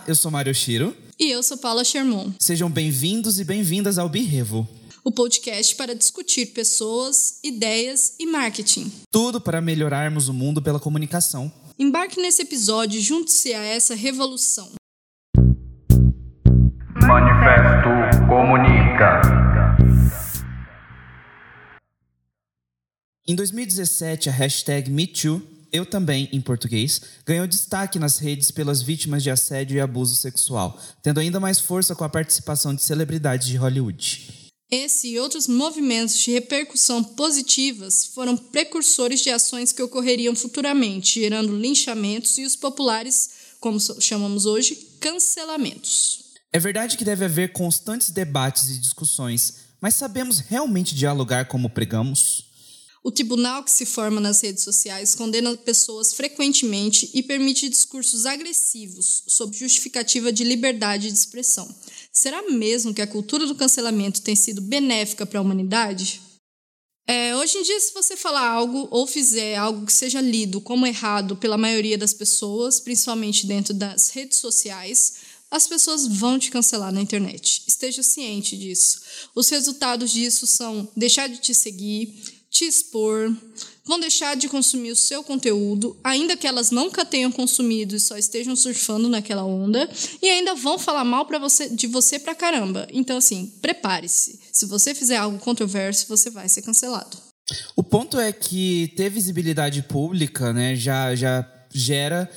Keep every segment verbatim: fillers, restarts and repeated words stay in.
eu sou Mário Shiro. E eu sou Paula Sherman. Sejam bem-vindos e bem-vindas ao Birrevo, o podcast para discutir pessoas, ideias e marketing. Tudo para melhorarmos o mundo pela comunicação. Embarque nesse episódio e junte-se a essa revolução. Manifesto Comunica. Em dois mil e dezessete, a hashtag MeToo, eu também, em português, ganhou destaque nas redes pelas vítimas de assédio e abuso sexual, tendo ainda mais força com a participação de celebridades de Hollywood. Esse e outros movimentos de repercussão positivas foram precursores de ações que ocorreriam futuramente, gerando linchamentos e os populares, como chamamos hoje, cancelamentos. É verdade que deve haver constantes debates e discussões, mas sabemos realmente dialogar como pregamos? O tribunal que se forma nas redes sociais condena pessoas frequentemente e permite discursos agressivos sob justificativa de liberdade de expressão. Será mesmo que a cultura do cancelamento tem sido benéfica para a humanidade? É, hoje em dia, se você falar algo ou fizer algo que seja lido como errado pela maioria das pessoas, principalmente dentro das redes sociais, as pessoas vão te cancelar na internet. Esteja ciente disso. Os resultados disso são deixar de te seguir, te expor, vão deixar de consumir o seu conteúdo, ainda que elas nunca tenham consumido e só estejam surfando naquela onda, e ainda vão falar mal pra você, de você pra caramba. Então, assim, prepare-se. Se você fizer algo controverso, você vai ser cancelado. O ponto é que ter visibilidade pública, né, já... já... gera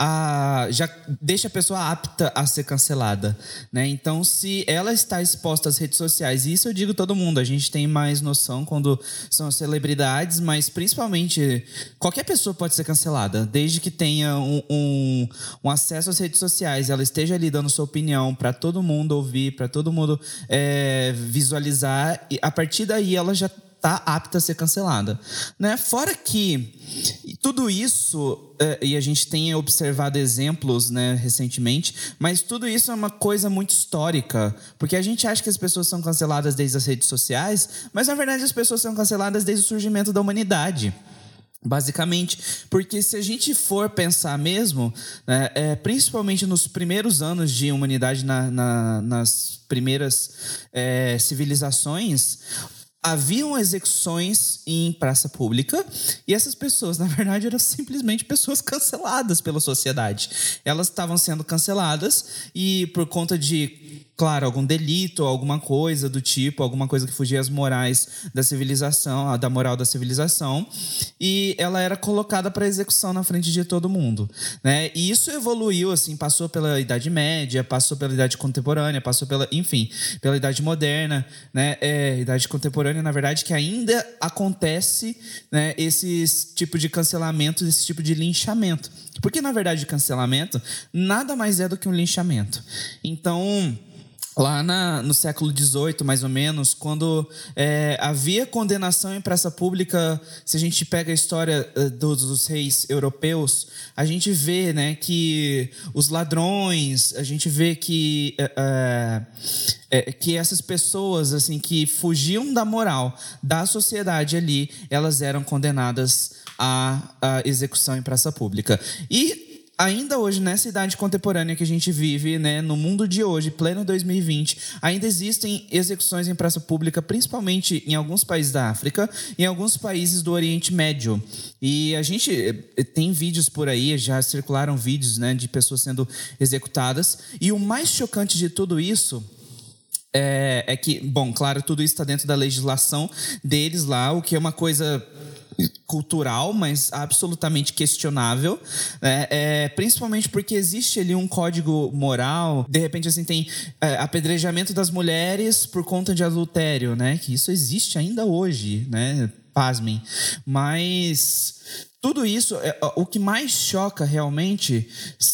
a já deixa a pessoa apta a ser cancelada, né? Então, se ela está exposta às redes sociais, e isso eu digo todo mundo, a gente tem mais noção quando são as celebridades, mas principalmente qualquer pessoa pode ser cancelada, desde que tenha um, um, um acesso às redes sociais, ela esteja ali dando sua opinião para todo mundo ouvir, para todo mundo é, visualizar, e a partir daí ela já está apta a ser cancelada, né? Fora que tudo isso, é, e a gente tem observado exemplos, né, recentemente, mas tudo isso é uma coisa muito histórica, porque a gente acha que as pessoas são canceladas desde as redes sociais, mas na verdade as pessoas são canceladas desde o surgimento da humanidade. Basicamente, porque se a gente for pensar mesmo, né, é, principalmente nos primeiros anos de humanidade, na, na, nas primeiras é, civilizações, haviam execuções em praça pública e essas pessoas, na verdade, eram simplesmente pessoas canceladas pela sociedade. Elas estavam sendo canceladas e por conta de, claro, algum delito, alguma coisa do tipo, alguma coisa que fugia às morais da civilização, da moral da civilização, e ela era colocada para execução na frente de todo mundo, né? E isso evoluiu, assim, passou pela Idade Média, passou pela Idade Contemporânea, passou pela, enfim, pela Idade Moderna, né? É, Idade Contemporânea, na verdade, que ainda acontece, né, esse tipo de cancelamento, esse tipo de linchamento. Porque, na verdade, cancelamento nada mais é do que um linchamento. Então, lá na, no século dezoito, mais ou menos, quando é, havia condenação em praça pública, se a gente pega a história uh, dos, dos reis europeus, a gente vê, né, que os ladrões, a gente vê que, uh, uh, que essas pessoas assim, que fugiam da moral da sociedade ali, elas eram condenadas à, à execução em praça pública. E ainda hoje, nessa idade contemporânea que a gente vive, né, no mundo de hoje, pleno dois mil e vinte, ainda existem execuções em praça pública, principalmente em alguns países da África e em alguns países do Oriente Médio. E a gente tem vídeos por aí, já circularam vídeos, né, de pessoas sendo executadas. E o mais chocante de tudo isso é, é que, bom, claro, tudo isso está dentro da legislação deles lá, o que é uma coisa cultural, mas absolutamente questionável, né? É, principalmente porque existe ali um código moral. De repente, assim, tem é, apedrejamento das mulheres por conta de adultério, né? Que isso existe ainda hoje, né? Pasmem. Mas tudo isso, é, o que mais choca realmente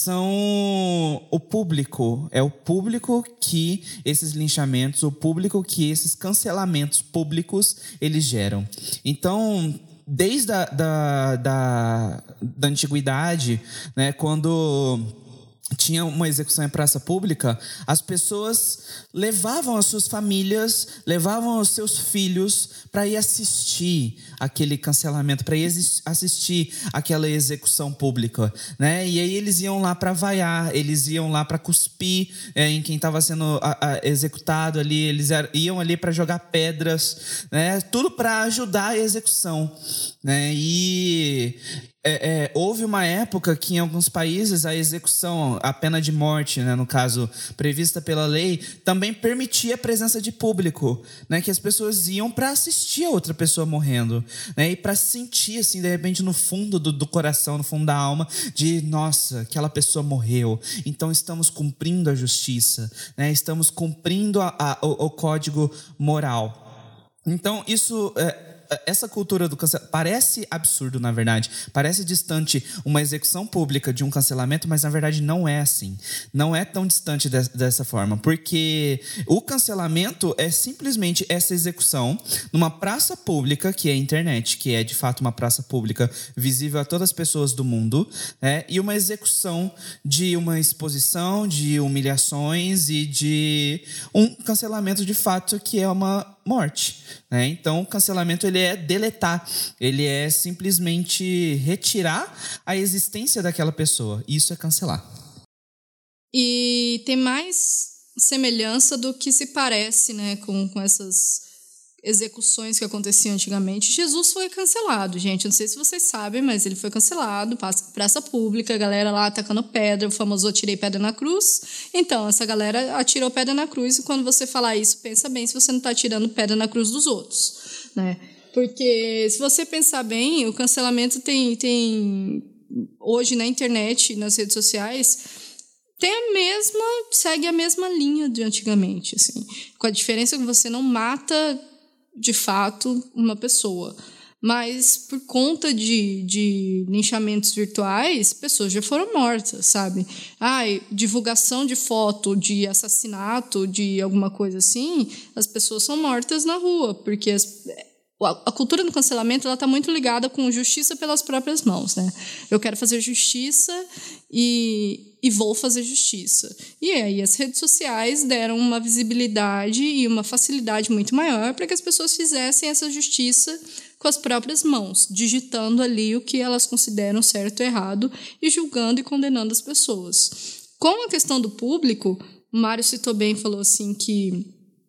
são o público. É o público que esses linchamentos, o público que esses cancelamentos públicos eles geram. Então, desde a da, da, da antiguidade, né, quando tinha uma execução em praça pública, as pessoas levavam as suas famílias, levavam os seus filhos para ir assistir aquele cancelamento, para ir assistir aquela execução pública, né? E aí eles iam lá para vaiar, eles iam lá para cuspir é, em quem estava sendo a, a, executado ali, eles er, iam ali para jogar pedras, né? Tudo para ajudar a execução, né? E É, é, houve uma época que em alguns países a execução, a pena de morte, né, no caso, prevista pela lei, também permitia a presença de público, né, que as pessoas iam para assistir a outra pessoa morrendo, né, e para sentir, assim, de repente, no fundo do, do coração, no fundo da alma, de, nossa, aquela pessoa morreu, então estamos cumprindo a justiça, né, estamos cumprindo a, a, o, o código moral. Então, isso... É, essa cultura do cancelamento parece absurdo, na verdade. Parece distante uma execução pública de um cancelamento, mas na verdade não é assim. Não é tão distante de, dessa forma. Porque o cancelamento é simplesmente essa execução numa praça pública, que é a internet, que é de fato uma praça pública visível a todas as pessoas do mundo, né? E uma execução de uma exposição, de humilhações e de um cancelamento de fato que é uma morte, né? Então o cancelamento ele é deletar, ele é simplesmente retirar a existência daquela pessoa. Isso é cancelar. E tem mais semelhança do que se parece, né, com, com essas execuções que aconteciam antigamente. Jesus foi cancelado, gente. Eu não sei se vocês sabem, mas ele foi cancelado, praça pública, a galera lá atacando pedra, o famoso atirei pedra na cruz. Então, essa galera atirou pedra na cruz, e quando você falar isso, pensa bem se você não está atirando pedra na cruz dos outros, né? Porque se você pensar bem, o cancelamento tem, tem hoje na internet, nas redes sociais, tem a mesma, segue a mesma linha de antigamente, assim, com a diferença que você não mata de fato uma pessoa, mas por conta de, de linchamentos virtuais, pessoas já foram mortas, sabe? Ai, divulgação de foto de assassinato, de alguma coisa assim, as pessoas são mortas na rua, porque as, a cultura do cancelamento ela está muito ligada com justiça pelas próprias mãos, né? Eu quero fazer justiça e, e vou fazer justiça. E aí as redes sociais deram uma visibilidade e uma facilidade muito maior para que as pessoas fizessem essa justiça com as próprias mãos, digitando ali o que elas consideram certo ou errado e julgando e condenando as pessoas. Com a questão do público, o Mário citou bem, falou assim que,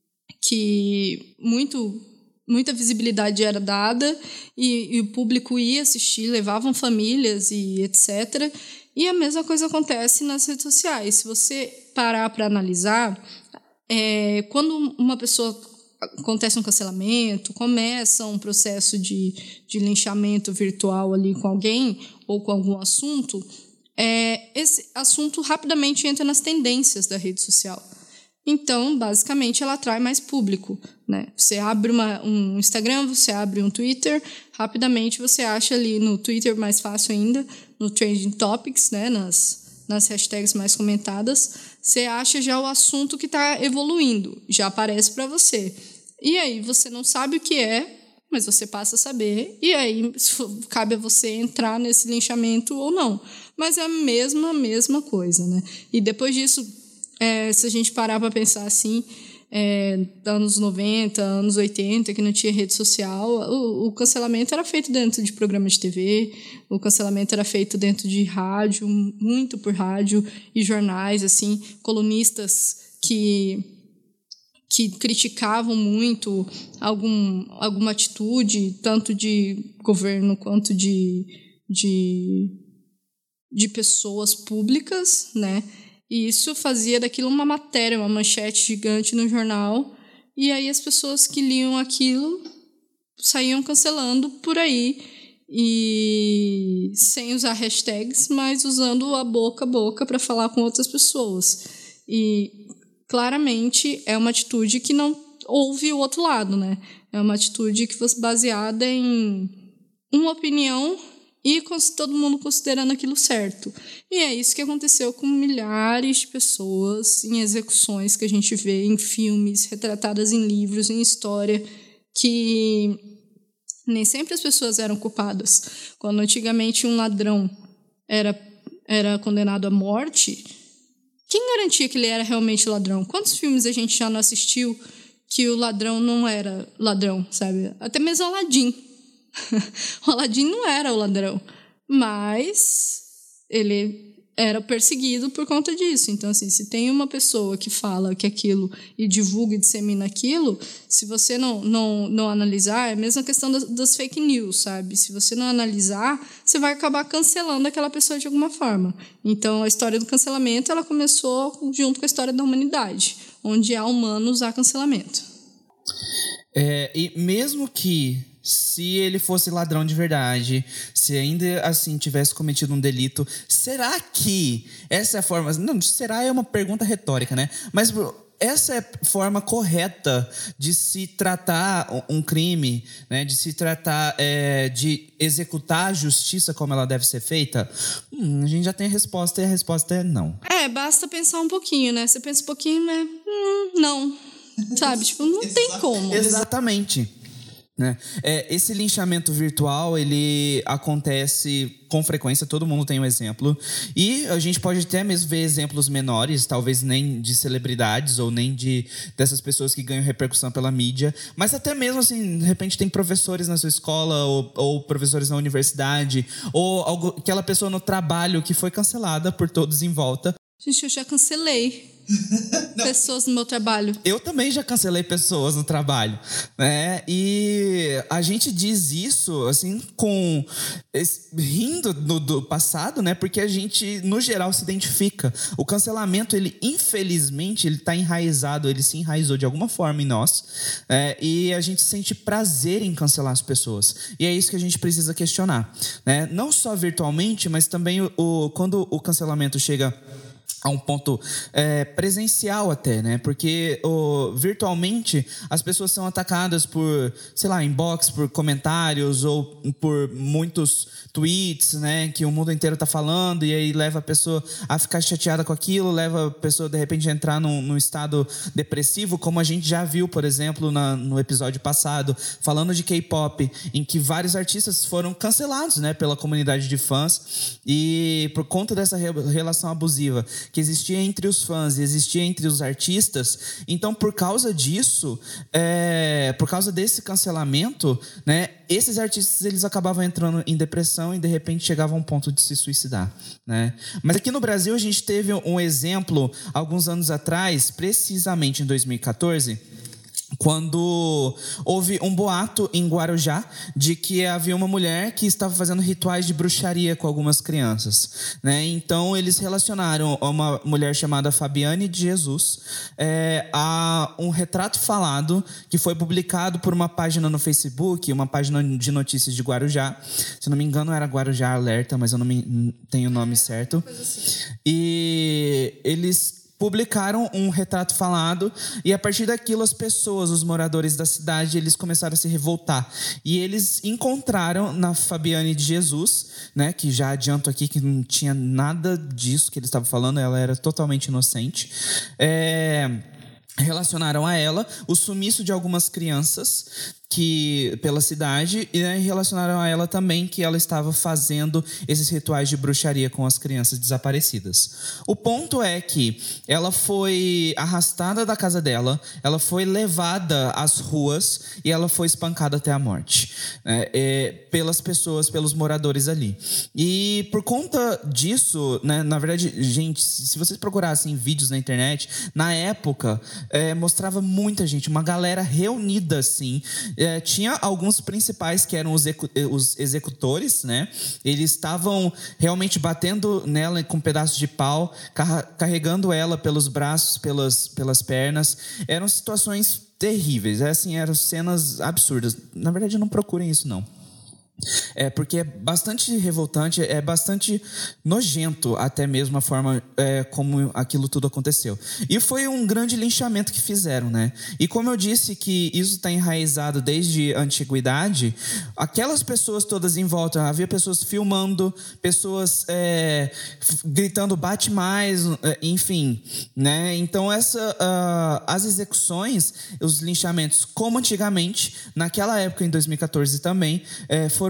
que muito... muita visibilidade era dada e, e o público ia assistir, levavam famílias e etcétera. E a mesma coisa acontece nas redes sociais. Se você parar para analisar, é, quando uma pessoa acontece um cancelamento, começa um processo de, de linchamento virtual ali com alguém ou com algum assunto, é, esse assunto rapidamente entra nas tendências da rede social. Então, basicamente, ela atrai mais público, né? Você abre uma, um Instagram, você abre um Twitter, rapidamente você acha ali no Twitter, mais fácil ainda, no Trending Topics, né? nas, nas hashtags mais comentadas, você acha já o assunto que está evoluindo, já aparece para você. E aí você não sabe o que é, mas você passa a saber, e aí cabe a você entrar nesse linchamento ou não. Mas é a mesma, mesma coisa, né? E depois disso... É, se a gente parar para pensar assim, é, anos noventa, anos oitenta, que não tinha rede social, o, o cancelamento era feito dentro de programas de T V, o cancelamento era feito dentro de rádio, muito por rádio e jornais, assim, colunistas que, que criticavam muito algum, alguma atitude, tanto de governo quanto de, de, de pessoas públicas, né? E isso fazia daquilo uma matéria, uma manchete gigante no jornal. E aí as pessoas que liam aquilo saíam cancelando por aí. E sem usar hashtags, mas usando a boca a boca para falar com outras pessoas. E claramente é uma atitude que não ouve o outro lado, né? É uma atitude que fosse baseada em uma opinião e com todo mundo considerando aquilo certo. E é isso que aconteceu com milhares de pessoas em execuções que a gente vê em filmes, retratadas em livros, em história, que nem sempre as pessoas eram culpadas. Quando antigamente um ladrão era, era condenado à morte, quem garantia que ele era realmente ladrão? Quantos filmes a gente já não assistiu que o ladrão não era ladrão, sabe? Até mesmo Aladdin. O Aladdin não era o ladrão, mas ele era perseguido por conta disso. Então, assim, se tem uma pessoa que fala que aquilo e divulga e dissemina aquilo, se você não, não, não analisar, é a mesma questão das, das fake news, sabe? Se você não analisar, você vai acabar cancelando aquela pessoa de alguma forma. Então, a história do cancelamento, ela começou junto com a história da humanidade, onde há humanos, há cancelamento. É, e mesmo que se ele fosse ladrão de verdade, se ainda assim tivesse cometido um delito, será que essa é a forma... Não, será é uma pergunta retórica, né? Mas essa é a forma correta de se tratar um crime, né? De se tratar, é, de executar a justiça como ela deve ser feita? Hum, a gente já tem a resposta e a resposta é não. É, basta pensar um pouquinho, né? Você pensa um pouquinho, mas hum, não. Sabe? Tipo, não tem como. Exatamente. Né? É, esse linchamento virtual, ele acontece com frequência, todo mundo tem um exemplo. E a gente pode até mesmo ver exemplos menores, talvez nem de celebridades ou nem de dessas pessoas que ganham repercussão pela mídia. Mas até mesmo assim, de repente tem professores na sua escola ou, ou professores na universidade ou algo, aquela pessoa no trabalho que foi cancelada por todos em volta. Gente, eu já cancelei pessoas no meu trabalho. Eu também já cancelei pessoas no trabalho, né? E a gente diz isso, assim, com... rindo do, do passado, né? Porque a gente, no geral, se identifica. O cancelamento, ele, infelizmente, ele tá enraizado, ele se enraizou de alguma forma em nós. É, e a gente sente prazer em cancelar as pessoas. E é isso que a gente precisa questionar, né? Não só virtualmente, mas também o, o, quando o cancelamento chega a um ponto é, presencial até, né? Porque o, virtualmente as pessoas são atacadas por, sei lá, inbox, por comentários ou por muitos tweets, né? Que o mundo inteiro tá falando e aí leva a pessoa a ficar chateada com aquilo, leva a pessoa de repente a entrar num, num estado depressivo, como a gente já viu, por exemplo, na, no episódio passado, falando de K-pop, em que vários artistas foram cancelados, né? Pela comunidade de fãs e por conta dessa re, relação abusiva que existia entre os fãs e existia entre os artistas. Então, por causa disso, é, por causa desse cancelamento, né, esses artistas eles acabavam entrando em depressão e, de repente, chegavam a um ponto de se suicidar, né? Mas aqui no Brasil, a gente teve um exemplo, alguns anos atrás, precisamente em dois mil e catorze, quando houve um boato em Guarujá de que havia uma mulher que estava fazendo rituais de bruxaria com algumas crianças, né? Então eles relacionaram uma mulher chamada Fabiane de Jesus é, a um retrato falado que foi publicado por uma página no Facebook, uma página de notícias de Guarujá. Se não me engano era Guarujá Alerta, mas eu não me, tenho o nome certo. E eles publicaram um retrato falado e a partir daquilo as pessoas, os moradores da cidade, eles começaram a se revoltar. E eles encontraram na Fabiane de Jesus, né, que já adianto aqui que não tinha nada disso que eles estavam falando, ela era totalmente inocente. É... relacionaram a ela o sumiço de algumas crianças que pela cidade e né, relacionaram a ela também que ela estava fazendo esses rituais de bruxaria com as crianças desaparecidas. O ponto é que ela foi arrastada da casa dela, ela foi levada às ruas e ela foi espancada até a morte, né, é, pelas pessoas, pelos moradores ali. E por conta disso, né, na verdade, gente, se vocês procurassem vídeos na internet, na época é, mostrava muita gente, uma galera reunida assim. É, tinha alguns principais que eram os, execu- os executores, né? Eles estavam realmente batendo nela com pedaços de pau, car- carregando ela pelos braços, pelas, pelas pernas. Eram situações terríveis, é, assim, eram cenas absurdas. Na verdade, não procurem isso, não. É porque é bastante revoltante, é bastante nojento até mesmo a forma é, como aquilo tudo aconteceu. E foi um grande linchamento que fizeram, né? E como eu disse que isso está enraizado desde a antiguidade, aquelas pessoas todas em volta, havia pessoas filmando, pessoas é, gritando bate mais, enfim, né? Então essa, uh, as execuções, os linchamentos, como antigamente, naquela época em dois mil e catorze também, é, foram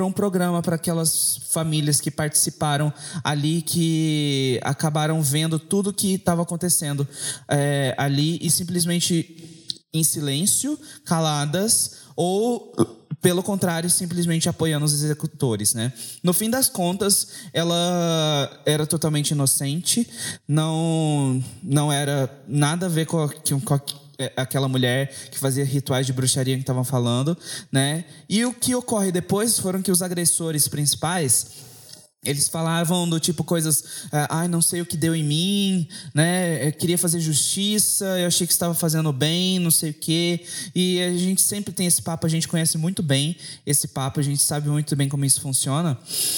estourou um programa para aquelas famílias que participaram ali, que acabaram vendo tudo que estava acontecendo é, ali e simplesmente em silêncio, caladas, ou, pelo contrário, simplesmente apoiando os executores, né? No fim das contas, ela era totalmente inocente, não, não era nada a ver com, com aquela mulher que fazia rituais de bruxaria que estavam falando, né? E o que ocorre depois foram que os agressores principais, eles falavam do tipo coisas, ai, ah, não sei o que deu em mim, né? Eu queria fazer justiça, eu achei que estava fazendo bem, não sei o quê. E a gente sempre tem esse papo, a gente conhece muito bem esse papo, a gente sabe muito bem como isso funciona.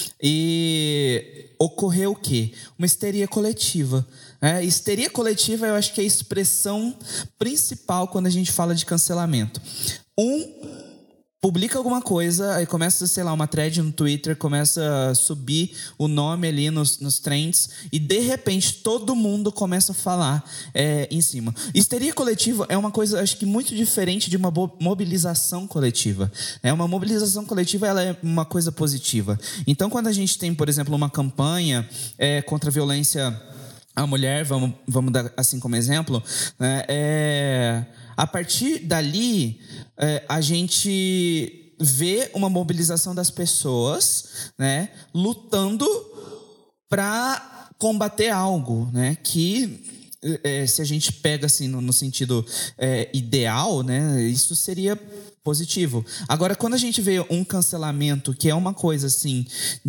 E ocorreu o quê? Uma histeria coletiva. É, histeria coletiva, eu acho que é a expressão principal quando a gente fala de cancelamento. Um publica alguma coisa, aí começa, sei lá, uma thread no Twitter, começa a subir o nome ali nos, nos trends e, de repente, todo mundo começa a falar é, em cima. Histeria coletiva é uma coisa, acho que, muito diferente de uma mobilização coletiva. É, uma mobilização coletiva, ela é uma coisa positiva. Então, quando a gente tem, por exemplo, uma campanha é, contra a violência à mulher, vamos, vamos dar assim como exemplo, né, é... A partir dali, é, a gente vê uma mobilização das pessoas, né, lutando para combater algo, né, que, é, se a gente pega assim, no, no sentido é, ideal, né, isso seria positivo. Agora, quando a gente vê um cancelamento, que é uma coisa assim,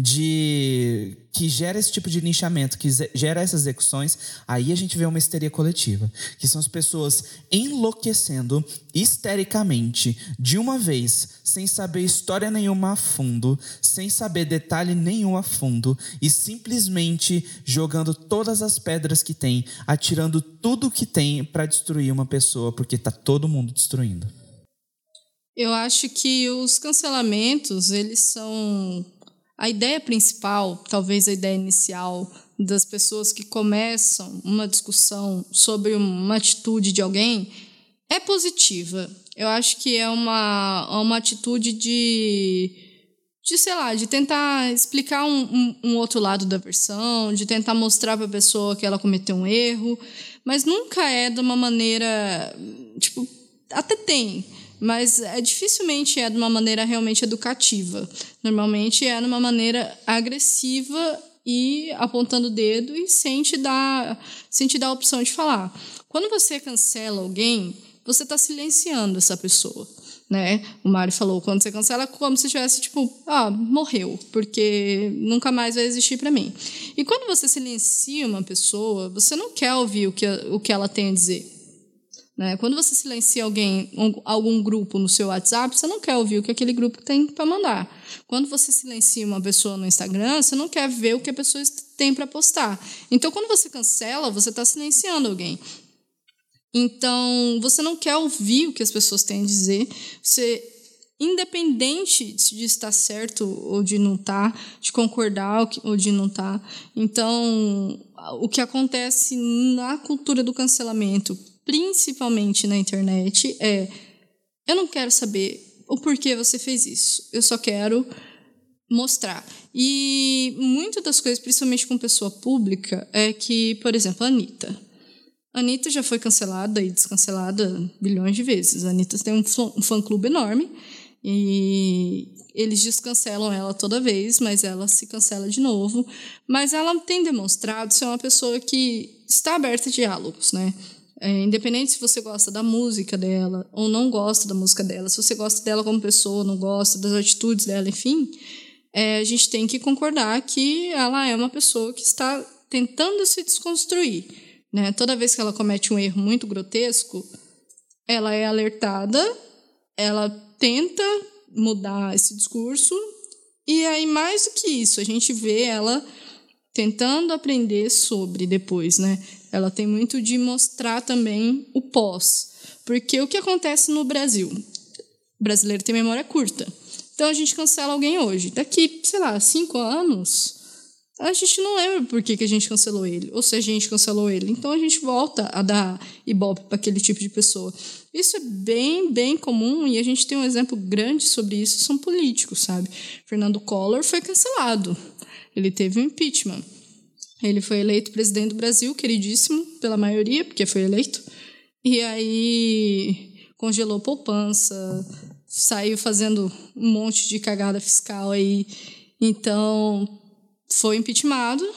de que gera esse tipo de linchamento, que gera essas execuções, aí a gente vê uma histeria coletiva, que são as pessoas enlouquecendo histericamente, de uma vez, sem saber história nenhuma a fundo, sem saber detalhe nenhum a fundo, e simplesmente jogando todas as pedras que tem, atirando tudo que tem para destruir uma pessoa, porque tá todo mundo destruindo. Eu acho que os cancelamentos, eles são a ideia principal, talvez a ideia inicial das pessoas que começam uma discussão sobre uma atitude de alguém é positiva. Eu acho que é uma, uma atitude de, de, sei lá, de tentar explicar um, um, um outro lado da versão, de tentar mostrar para a pessoa que ela cometeu um erro, mas nunca é de uma maneira, tipo, até tem, mas é, dificilmente é de uma maneira realmente educativa. Normalmente é de uma maneira agressiva e apontando o dedo e sem te dar, sem te dar a opção de falar. Quando você cancela alguém, você está silenciando essa pessoa, né? O Mário falou, quando você cancela é como se tivesse, tipo, ah, morreu, porque nunca mais vai existir para mim. E quando você silencia uma pessoa, você não quer ouvir o que, o que ela tem a dizer. Né? Quando você silencia alguém, um, algum grupo no seu WhatsApp, você não quer ouvir o que aquele grupo tem para mandar. Quando você silencia uma pessoa no Instagram, você não quer ver o que a pessoa tem para postar. Então, quando você cancela, você está silenciando alguém. Então, você não quer ouvir o que as pessoas têm a dizer. Você, independente de estar certo ou de não estar, de concordar ou de não estar. Então, o que acontece na cultura do cancelamento, principalmente na internet, é: eu não quero saber o porquê você fez isso, eu só quero mostrar. E muitas das coisas, principalmente com pessoa pública, é que, por exemplo, a Anitta. A Anitta já foi cancelada e descancelada bilhões de vezes. A Anitta tem um fã-clube enorme e eles descancelam ela toda vez, mas ela se cancela de novo. Mas ela tem demonstrado ser uma pessoa que está aberta a diálogos, né? É, independente se você gosta da música dela ou não gosta da música dela, se você gosta dela como pessoa, não gosta das atitudes dela, enfim, é, a gente tem que concordar que ela é uma pessoa que está tentando se desconstruir, né? Toda vez que ela comete um erro muito grotesco, ela é alertada, ela tenta mudar esse discurso, e aí, mais do que isso, a gente vê ela tentando aprender sobre depois, né? Ela tem muito de mostrar também o pós. Porque o que acontece no Brasil? O brasileiro tem memória curta. Então, a gente cancela alguém hoje. Daqui, sei lá, cinco anos, a gente não lembra por que, que a gente cancelou ele, ou se a gente cancelou ele. Então a gente volta a dar ibope para aquele tipo de pessoa. Isso é bem, bem comum, e a gente tem um exemplo grande sobre isso, são políticos, sabe? Fernando Collor foi cancelado. Ele teve um impeachment. Ele foi eleito presidente do Brasil, queridíssimo pela maioria, porque foi eleito. E aí congelou poupança, saiu fazendo um monte de cagada fiscal aí. Então, foi impeachmentado,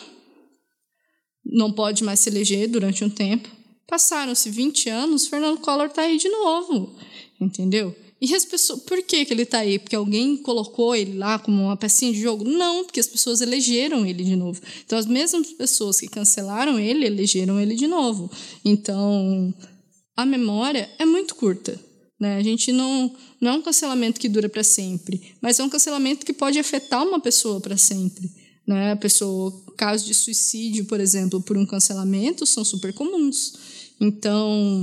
não pode mais se eleger durante um tempo. Passaram-se vinte anos, Fernando Collor está aí de novo, entendeu? E as pessoas, por que, que ele está aí? Porque alguém colocou ele lá como uma pecinha de jogo? Não, porque as pessoas elegeram ele de novo. Então, as mesmas pessoas que cancelaram ele, elegeram ele de novo. Então, a memória é muito curta, né? A gente não, não é um cancelamento que dura para sempre, mas é um cancelamento que pode afetar uma pessoa para sempre, né? A pessoa, casos de suicídio, por exemplo, por um cancelamento, são super comuns. Então,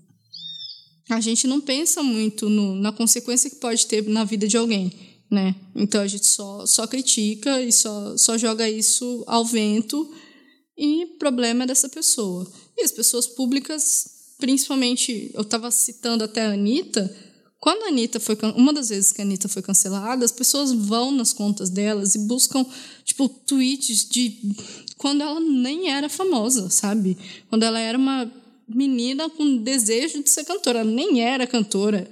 a gente não pensa muito no, na consequência que pode ter na vida de alguém, né? Então, a gente só, só critica e só, só joga isso ao vento, e o problema é dessa pessoa. E as pessoas públicas, principalmente, eu estava citando até a Anitta, quando a Anitta foi, uma das vezes que a Anitta foi cancelada, as pessoas vão nas contas delas e buscam, tipo, tweets de quando ela nem era famosa, sabe? Quando ela era uma menina com desejo de ser cantora, ela nem era cantora.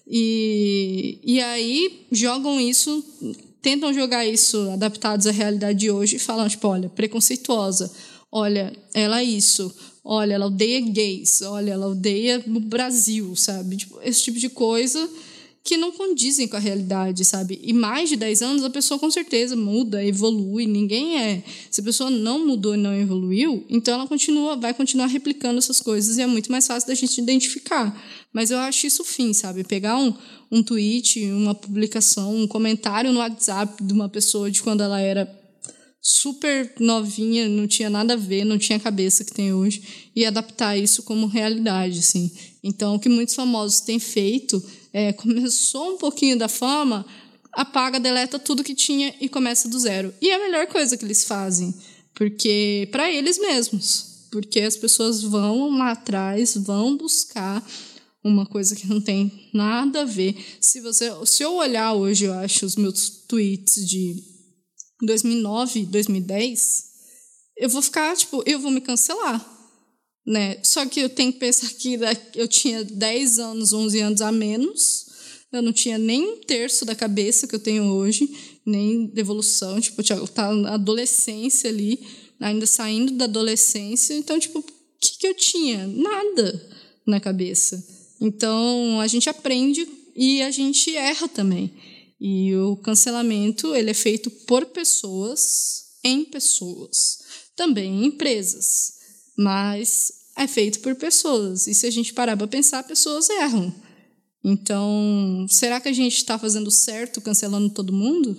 E, e aí jogam isso, tentam jogar isso adaptados à realidade de hoje e falam, tipo, olha, preconceituosa, olha, ela é isso, olha, ela odeia gays, olha, ela odeia o Brasil, sabe? Tipo, esse tipo de coisa que não condizem com a realidade, sabe? E mais de dez anos a pessoa com certeza muda, evolui, ninguém é... Se a pessoa não mudou e não evoluiu, então ela continua, vai continuar replicando essas coisas e é muito mais fácil da gente identificar. Mas eu acho isso fim, sabe? Pegar um, um tweet, uma publicação, um comentário no WhatsApp de uma pessoa de quando ela era super novinha, não tinha nada a ver, não tinha a cabeça que tem hoje, e adaptar isso como realidade, assim. Então, o que muitos famosos têm feito é, começou um pouquinho da fama, apaga, deleta tudo que tinha e começa do zero. E é a melhor coisa que eles fazem, porque para eles mesmos, porque as pessoas vão lá atrás, vão buscar uma coisa que não tem nada a ver. Se você, se eu olhar hoje, eu acho, os meus tweets de dois mil e nove, dois mil e dez, eu vou ficar, tipo, eu vou me cancelar, né? Só que eu tenho que pensar que eu tinha dez anos, onze anos a menos, eu não tinha nem um terço da cabeça que eu tenho hoje, nem de evolução, tipo, eu estava na adolescência ali, ainda saindo da adolescência, então, tipo, o que, que eu tinha? Nada na cabeça. Então, a gente aprende e a gente erra também. E o cancelamento, ele é feito por pessoas, em pessoas, também em empresas, mas é feito por pessoas. E se a gente parar para pensar, pessoas erram. Então, será que a gente está fazendo certo cancelando todo mundo?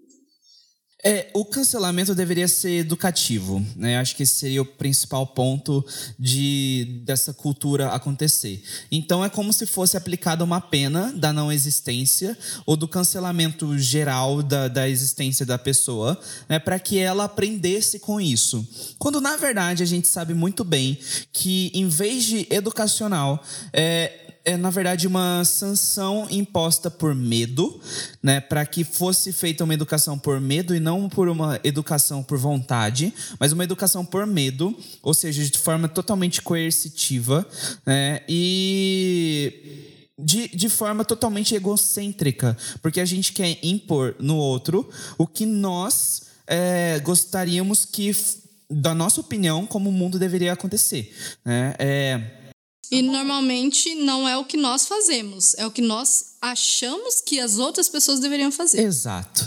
É, o cancelamento deveria ser educativo, né? Acho que esse seria o principal ponto de, dessa cultura acontecer. Então, é como se fosse aplicada uma pena da não existência ou do cancelamento geral da, da existência da pessoa, né? Para que ela aprendesse com isso. Quando, na verdade, a gente sabe muito bem que, em vez de educacional, é... é, na verdade, uma sanção imposta por medo, né, para que fosse feita uma educação por medo e não por uma educação por vontade, mas uma educação por medo, ou seja, de forma totalmente coercitiva, né, e de, de forma totalmente egocêntrica, porque a gente quer impor no outro o que nós é, gostaríamos que, da nossa opinião, como o mundo deveria acontecer, né, é... E normalmente não é o que nós fazemos, é o que nós achamos que as outras pessoas deveriam fazer. Exato.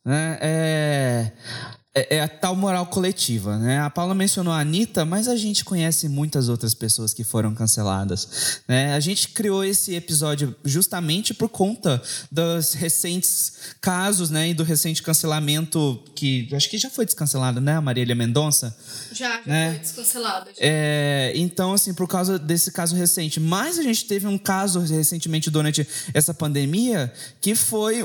É, é, é a tal moral coletiva, né? A Paula mencionou a Anitta, mas a gente conhece muitas outras pessoas que foram canceladas, né? A gente criou esse episódio justamente por conta dos recentes casos, né? E do recente cancelamento, que acho que já foi descancelada, né? A Marília Mendonça. Já, já né? foi descancelada. Já. É, então, assim, por causa desse caso recente. Mas a gente teve um caso recentemente durante essa pandemia que foi um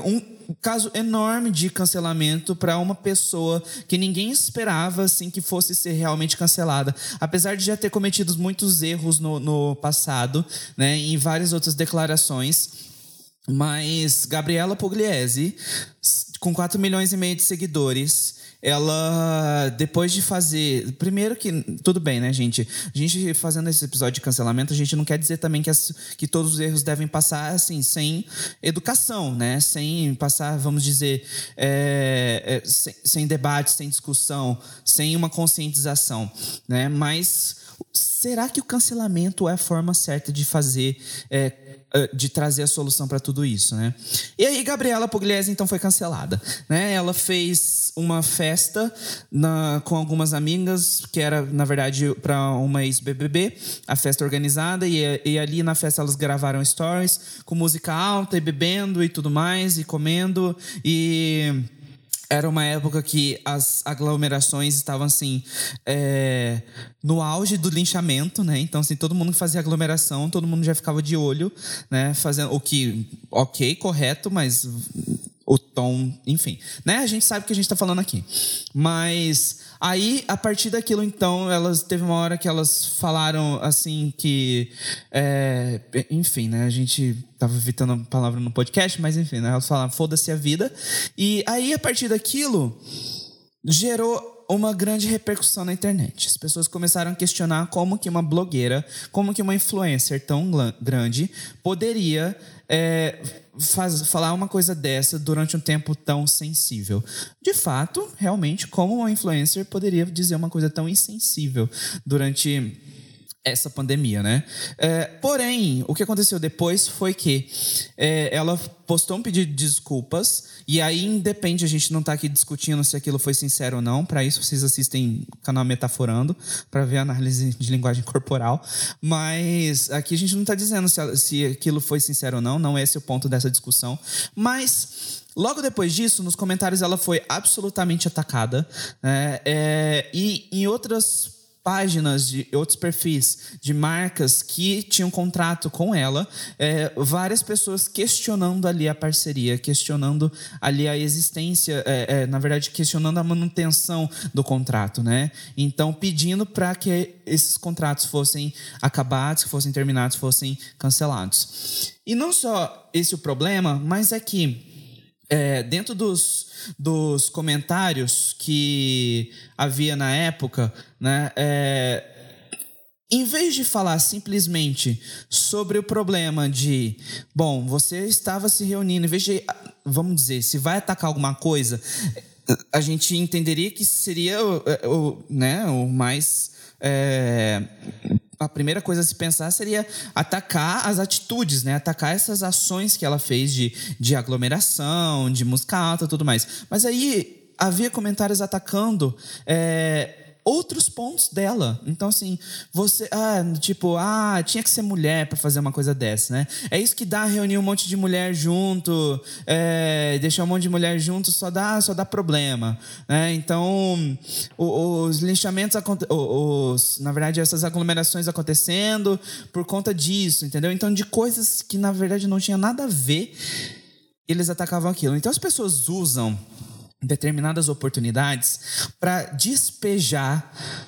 um caso enorme de cancelamento para uma pessoa que ninguém esperava assim, que fosse ser realmente cancelada. Apesar de já ter cometido muitos erros no, no passado, né, em várias outras declarações. Mas Gabriela Pugliese, com quatro milhões e meio de seguidores, ela, depois de fazer... Primeiro que, tudo bem, né, gente? A gente fazendo esse episódio de cancelamento, a gente não quer dizer também que, as, que todos os erros devem passar, assim, sem educação, né? Sem passar, vamos dizer, é, é, sem, sem debate, sem discussão, sem uma conscientização, né? Mas será que o cancelamento é a forma certa de fazer... É, de trazer a solução para tudo isso, né? E aí, Gabriela Pugliese, então, foi cancelada, né? Ela fez uma festa na, com algumas amigas, que era, na verdade, para uma ex-B B B, a festa organizada, e, e ali na festa elas gravaram stories com música alta e bebendo e tudo mais, e comendo, e... Era uma época que as aglomerações estavam, assim, é, no auge do linchamento, né? Então, assim, todo mundo que fazia aglomeração, todo mundo já ficava de olho, né? Fazendo o que, ok, correto, mas o tom, enfim. Né? A gente sabe o que a gente tá falando aqui. Mas aí, a partir daquilo, então, elas teve uma hora que elas falaram, assim, que... É, enfim, né? A gente... Tava evitando a palavra no podcast, mas enfim, né? Elas falaram, foda-se a vida. E aí, a partir daquilo, gerou uma grande repercussão na internet. As pessoas começaram a questionar como que uma blogueira, como que uma influencer tão grande poderia é, faz, falar uma coisa dessa durante um tempo tão sensível. De fato, realmente, como uma influencer poderia dizer uma coisa tão insensível durante... essa pandemia, né? É, porém, o que aconteceu depois foi que é, ela postou um pedido de desculpas, e aí independe, a gente não tá aqui discutindo se aquilo foi sincero ou não. Para isso, vocês assistem o canal Metaforando, para ver a análise de linguagem corporal. Mas aqui a gente não tá dizendo se, se aquilo foi sincero ou não, não é esse o ponto dessa discussão. Mas... logo depois disso, nos comentários ela foi absolutamente atacada, né? É, e em outras páginas de outros perfis de marcas que tinham contrato com ela, é, várias pessoas questionando ali a parceria, questionando ali a existência, é, é, na verdade, questionando a manutenção do contrato, né? Então, pedindo para que esses contratos fossem acabados, que fossem terminados, fossem cancelados. E não só esse o problema, mas é que É, dentro dos, dos comentários que havia na época, né, é, em vez de falar simplesmente sobre o problema de, bom, você estava se reunindo, em vez de, vamos dizer, se vai atacar alguma coisa, a gente entenderia que seria o, o, né, o mais... É, a primeira coisa a se pensar seria atacar as atitudes, né? Atacar essas ações que ela fez de, de aglomeração, de música alta e tudo mais. Mas aí havia comentários atacando é, outros pontos dela. Então, assim, você... Ah, tipo, ah, tinha que ser mulher para fazer uma coisa dessa, né? É isso que dá reunir um monte de mulher junto, é, deixar um monte de mulher junto só dá, só dá problema, né? Então, os linchamentos... Os, na verdade, essas aglomerações acontecendo por conta disso, entendeu? Então, de coisas que, na verdade, não tinha nada a ver, eles atacavam aquilo. Então, as pessoas usam determinadas oportunidades para despejar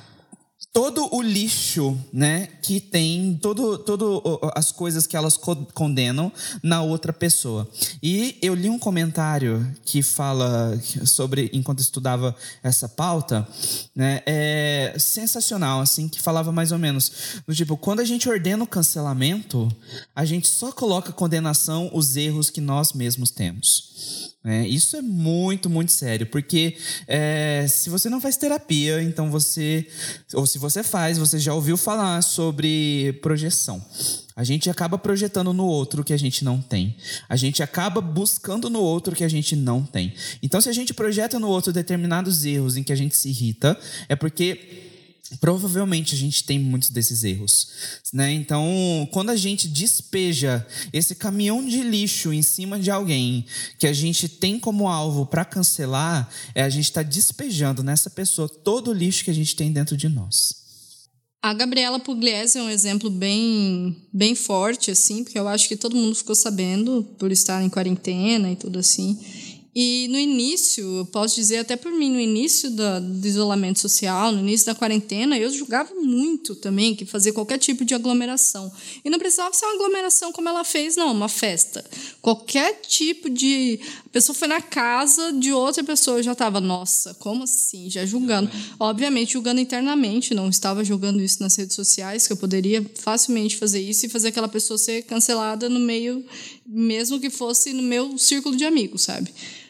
todo o lixo, né, que tem, todo, todo as coisas que elas condenam na outra pessoa. E eu li um comentário que fala sobre, enquanto estudava essa pauta, né, é sensacional, assim, que falava mais ou menos, do tipo, quando a gente ordena o cancelamento, a gente só coloca condenação os erros que nós mesmos temos. É, isso é muito, muito sério, porque é, se você não faz terapia, então você, ou se você faz, você já ouviu falar sobre projeção. A gente acaba projetando no outro o que a gente não tem. A gente acaba buscando no outro o que a gente não tem. Então, se a gente projeta no outro determinados erros em que a gente se irrita, é porque... provavelmente a gente tem muitos desses erros, né? Então, quando a gente despeja esse caminhão de lixo em cima de alguém que a gente tem como alvo para cancelar, é a gente está despejando nessa pessoa todo o lixo que a gente tem dentro de nós. A Gabriela Pugliese é um exemplo bem, bem forte, assim, porque eu acho que todo mundo ficou sabendo por estar em quarentena e tudo assim. E no início, eu posso dizer até por mim, no início do, do isolamento social, no início da quarentena, eu julgava muito também que fazer qualquer tipo de aglomeração. E não precisava ser uma aglomeração como ela fez, não, uma festa. Qualquer tipo de... A pessoa foi na casa de outra pessoa, eu já estava, nossa, como assim? Já julgando. Obviamente, julgando internamente, não estava julgando isso nas redes sociais, que eu poderia facilmente fazer isso e fazer aquela pessoa ser cancelada no meio, mesmo que fosse no meu círculo de amigos, sabe?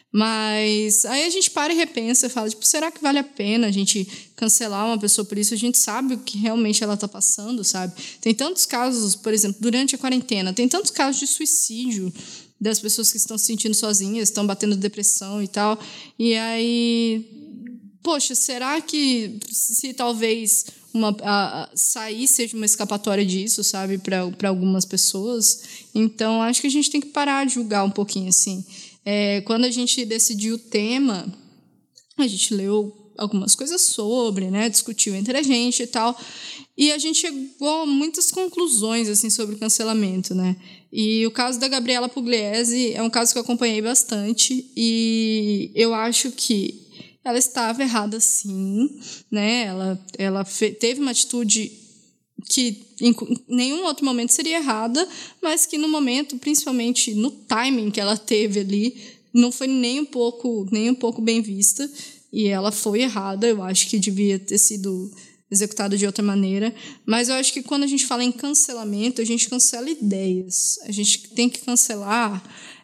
Mas aí a gente para e repensa e fala, tipo, será que vale a pena a gente cancelar uma pessoa por isso? A gente sabe o que realmente ela está passando, sabe? Tem tantos casos, por exemplo, durante a quarentena, tem tantos casos de suicídio das pessoas que estão se sentindo sozinhas, estão batendo depressão e tal. E aí, poxa, será que se, se talvez uma, a, a, sair seja uma escapatória disso, sabe, para algumas pessoas? Então, acho que a gente tem que parar de julgar um pouquinho, assim. É, quando a gente decidiu o tema, a gente leu algumas coisas sobre, né, discutiu entre a gente e tal, e a gente chegou a muitas conclusões assim, sobre o cancelamento, né? E o caso da Gabriela Pugliese é um caso que eu acompanhei bastante, e eu acho que ela estava errada sim, né? Ela, ela fe- teve uma atitude que em nenhum outro momento seria errada, mas que no momento, principalmente no timing que ela teve ali, não foi nem um pouco, nem um pouco bem vista, e ela foi errada. Eu acho que devia ter sido executada de outra maneira, mas eu acho que quando a gente fala em cancelamento, a gente cancela ideias, a gente tem que cancelar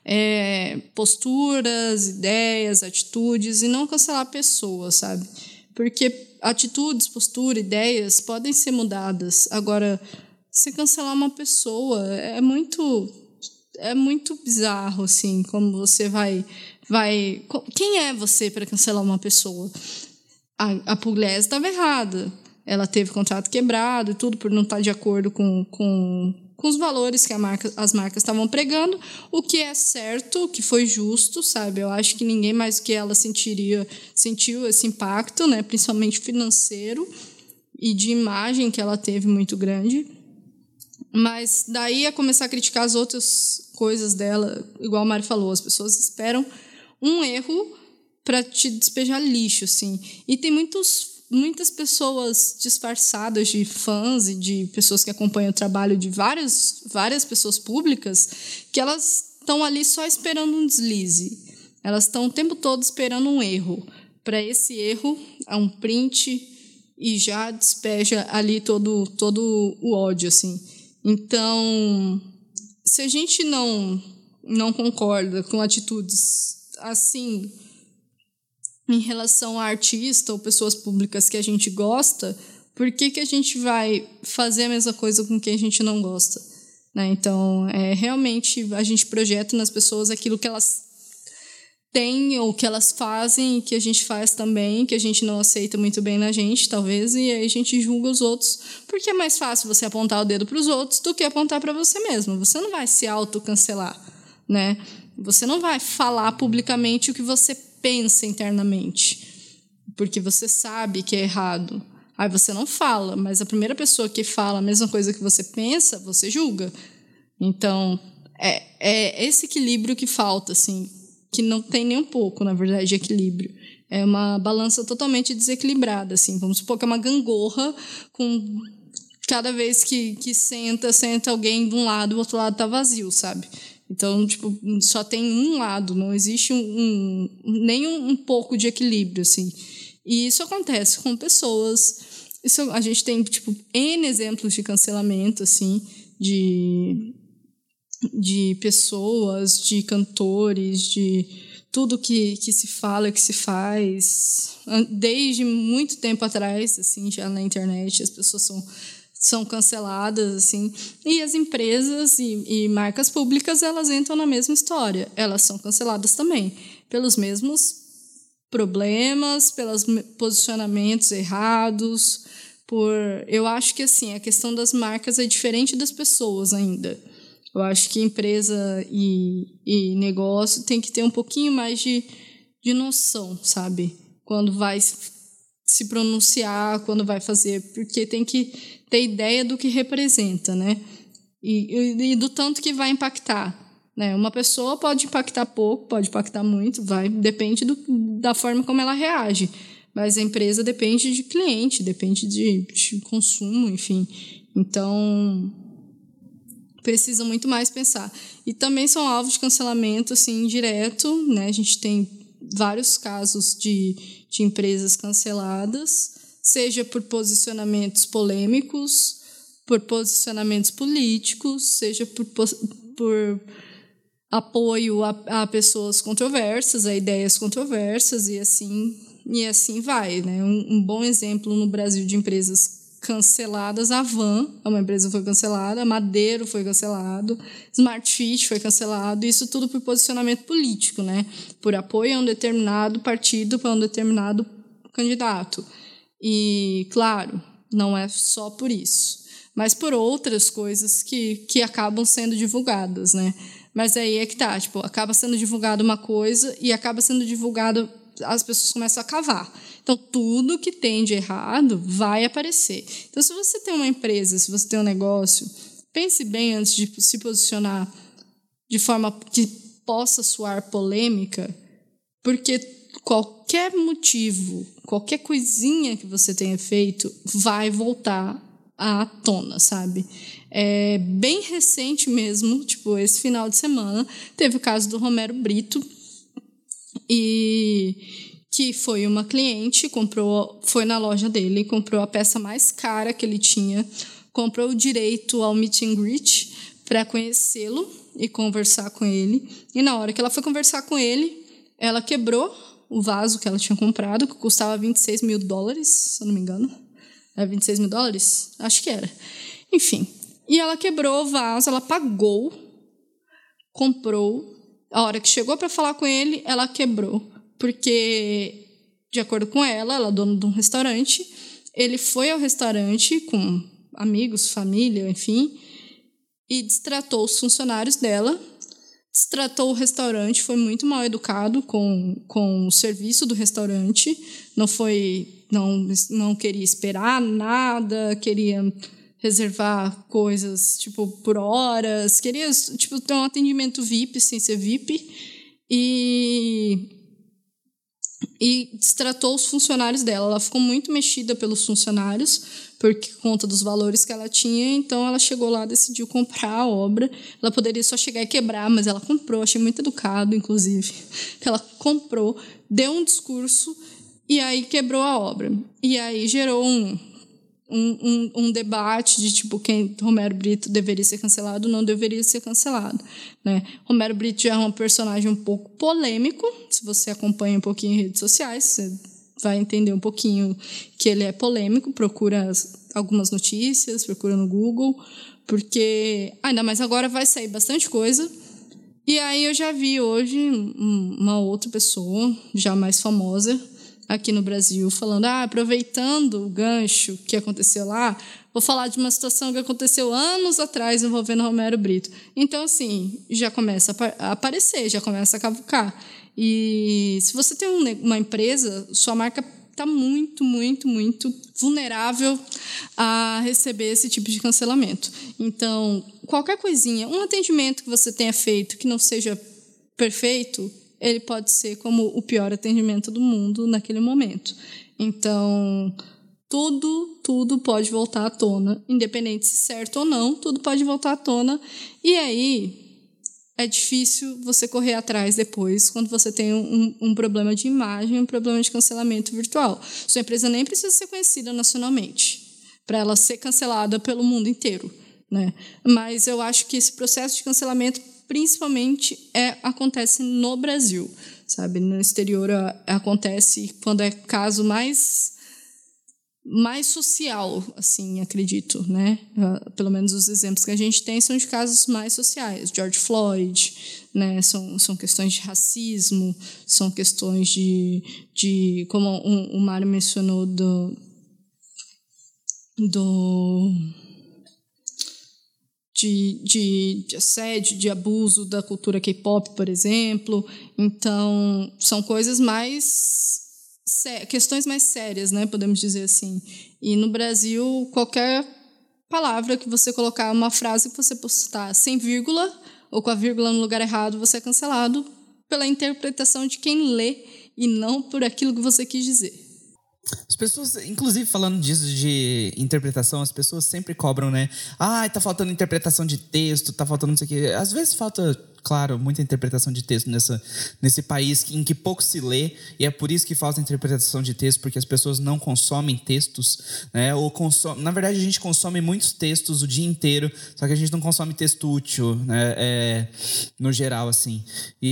é, posturas, ideias, atitudes, e não cancelar pessoas, sabe? Porque atitudes, postura, ideias podem ser mudadas. Agora, se cancelar uma pessoa é muito, é muito bizarro, assim, como você vai, vai... Quem é você para cancelar uma pessoa? A, a Pugliese estava errada. Ela teve contrato quebrado e tudo por não estar de acordo com, com, com os valores que a marca, as marcas estavam pregando, o que é certo, o que foi justo, sabe? Eu acho que ninguém mais do que ela sentiria, sentiu esse impacto, né? Principalmente financeiro e de imagem que ela teve muito grande. Mas daí a começar a criticar as outras coisas dela, igual a Mari falou, as pessoas esperam um erro para te despejar lixo, assim. E tem muitos muitas pessoas disfarçadas de fãs e de pessoas que acompanham o trabalho de várias, várias pessoas públicas, que elas estão ali só esperando um deslize. Elas estão o tempo todo esperando um erro. Para esse erro, há um print e já despeja ali todo, todo o ódio, assim. Então, se a gente não, não concorda com atitudes assim em relação a artista ou pessoas públicas que a gente gosta, por que, que a gente vai fazer a mesma coisa com quem a gente não gosta? Né? Então, é, realmente, a gente projeta nas pessoas aquilo que elas têm ou que elas fazem e que a gente faz também, que a gente não aceita muito bem na gente, talvez, e aí a gente julga os outros, porque é mais fácil você apontar o dedo para os outros do que apontar para você mesmo. Você não vai se autocancelar, né? Você não vai falar publicamente o que você pensa internamente, porque você sabe que é errado. Aí você não fala, mas a primeira pessoa que fala a mesma coisa que você pensa, você julga. Então, é, é esse equilíbrio que falta, assim, que não tem nem um pouco, na verdade, de equilíbrio. É uma balança totalmente desequilibrada, assim. Vamos supor que é uma gangorra com... Cada vez que, que senta, senta alguém de um lado, o outro lado tá vazio, sabe? Então, tipo, só tem um lado, não existe um, um, nem um, um pouco de equilíbrio, assim. E isso acontece com pessoas. Isso, a gente tem, tipo, N exemplos de cancelamento, assim, de, de pessoas, de cantores, de tudo que, que se fala, que se faz. Desde muito tempo atrás, assim, já na internet, as pessoas são... são canceladas, assim, e as empresas e, e marcas públicas, elas entram na mesma história, elas são canceladas também, pelos mesmos problemas, pelos posicionamentos errados, por... Eu acho que, assim, a questão das marcas é diferente das pessoas ainda. Eu acho que empresa e, e negócio tem que ter um pouquinho mais de, de noção, sabe? Quando vai se pronunciar, quando vai fazer, porque tem que ter ideia do que representa, né? E, e, e do tanto que vai impactar. né? Uma pessoa pode impactar pouco, pode impactar muito, vai, depende do, da forma como ela reage. Mas a empresa depende de cliente, depende de, de consumo, enfim. Então, precisa muito mais pensar. E também são alvos de cancelamento, assim, direto, né? A gente tem vários casos de, de empresas canceladas, seja por posicionamentos polêmicos, por posicionamentos políticos, seja por, por apoio a, a pessoas controversas, a ideias controversas, e assim, e assim vai, né? Um, um bom exemplo no Brasil de empresas canceladas, a Van, uma empresa foi cancelada, a Madeiro foi cancelado, Smart Fit foi cancelado, isso tudo por posicionamento político, né? Por apoio a um determinado partido para um determinado candidato. E, claro, não é só por isso, mas por outras coisas que, que acabam sendo divulgadas, né? Mas aí é que tá, tipo, acaba sendo divulgada uma coisa e acaba sendo divulgado, as pessoas começam a cavar. Então, tudo que tem de errado vai aparecer. Então, se você tem uma empresa, se você tem um negócio, pense bem antes de se posicionar de forma que possa soar polêmica, porque qualquer motivo, qualquer coisinha que você tenha feito vai voltar à tona, sabe? É bem recente mesmo, tipo, esse final de semana, teve o caso do Romero Brito, e que foi uma cliente, comprou, foi na loja dele, comprou a peça mais cara que ele tinha, comprou o direito ao meet and greet para conhecê-lo e conversar com ele. E na hora que ela foi conversar com ele, ela quebrou o vaso que ela tinha comprado, que custava vinte e seis mil dólares, se eu não me engano. É vinte e seis mil dólares? Acho que era. Enfim. E ela quebrou o vaso, ela pagou, comprou. A hora que chegou para falar com ele, ela quebrou. Porque, de acordo com ela, ela é dona de um restaurante, ele foi ao restaurante com amigos, família, enfim, e destratou os funcionários dela, destratou o restaurante, foi muito mal educado com, com o serviço do restaurante, não foi, não, não queria esperar nada, queria reservar coisas, tipo, por horas, queria, tipo, ter um atendimento V I P sem ser V I P, e... e destratou os funcionários dela. Ela ficou muito mexida pelos funcionários, por conta dos valores que ela tinha, então ela chegou lá, decidiu comprar a obra. Ela poderia só chegar e quebrar, mas ela comprou, achei muito educado, inclusive. Ela comprou, deu um discurso e aí quebrou a obra. E aí gerou um, um, um, um debate de tipo, quem Romero Brito deveria ser cancelado ou não deveria ser cancelado, né? Romero Brito já é um personagem um pouco polêmico. Se você acompanha um pouquinho em redes sociais, você vai entender um pouquinho que ele é polêmico. Procura algumas notícias, procura no Google, porque ainda mais agora vai sair bastante coisa. E aí eu já vi hoje uma outra pessoa, já mais famosa aqui no Brasil, falando, ah, aproveitando o gancho que aconteceu lá, vou falar de uma situação que aconteceu anos atrás envolvendo Romero Brito. Então, assim, já começa a aparecer, já começa a cavucar. E se você tem uma empresa, sua marca está muito, muito, muito vulnerável a receber esse tipo de cancelamento. Então, qualquer coisinha, um atendimento que você tenha feito que não seja perfeito, ele pode ser como o pior atendimento do mundo naquele momento. Então, tudo, tudo pode voltar à tona, independente se certo ou não, tudo pode voltar à tona. E aí é difícil você correr atrás depois, quando você tem um, um problema de imagem, um problema de cancelamento virtual. Sua empresa nem precisa ser conhecida nacionalmente para ela ser cancelada pelo mundo inteiro, né? Mas eu acho que esse processo de cancelamento, principalmente, é, acontece no Brasil, sabe? No exterior acontece quando é caso mais, mais social, assim, acredito, né? Pelo menos os exemplos que a gente tem são de casos mais sociais. George Floyd, né? São, são questões de racismo, são questões de, de como o Mário mencionou, do... do De, de, de assédio, de abuso da cultura K-pop, por exemplo. Então, são coisas mais... Sé- questões mais sérias, né, podemos dizer assim. E no Brasil, qualquer palavra que você colocar, uma frase que você postar sem vírgula ou com a vírgula no lugar errado, você é cancelado pela interpretação de quem lê e não por aquilo que você quis dizer. As pessoas, inclusive falando disso de interpretação, as pessoas sempre cobram, né? Ah, tá faltando interpretação de texto, tá faltando não sei o quê. Às vezes falta, claro, muita interpretação de texto nessa, nesse país em que pouco se lê, e é por isso que falta interpretação de texto, porque as pessoas não consomem textos, né? Ou consomem, na verdade, a gente consome muitos textos o dia inteiro, só que a gente não consome texto útil, né? É, no geral, assim.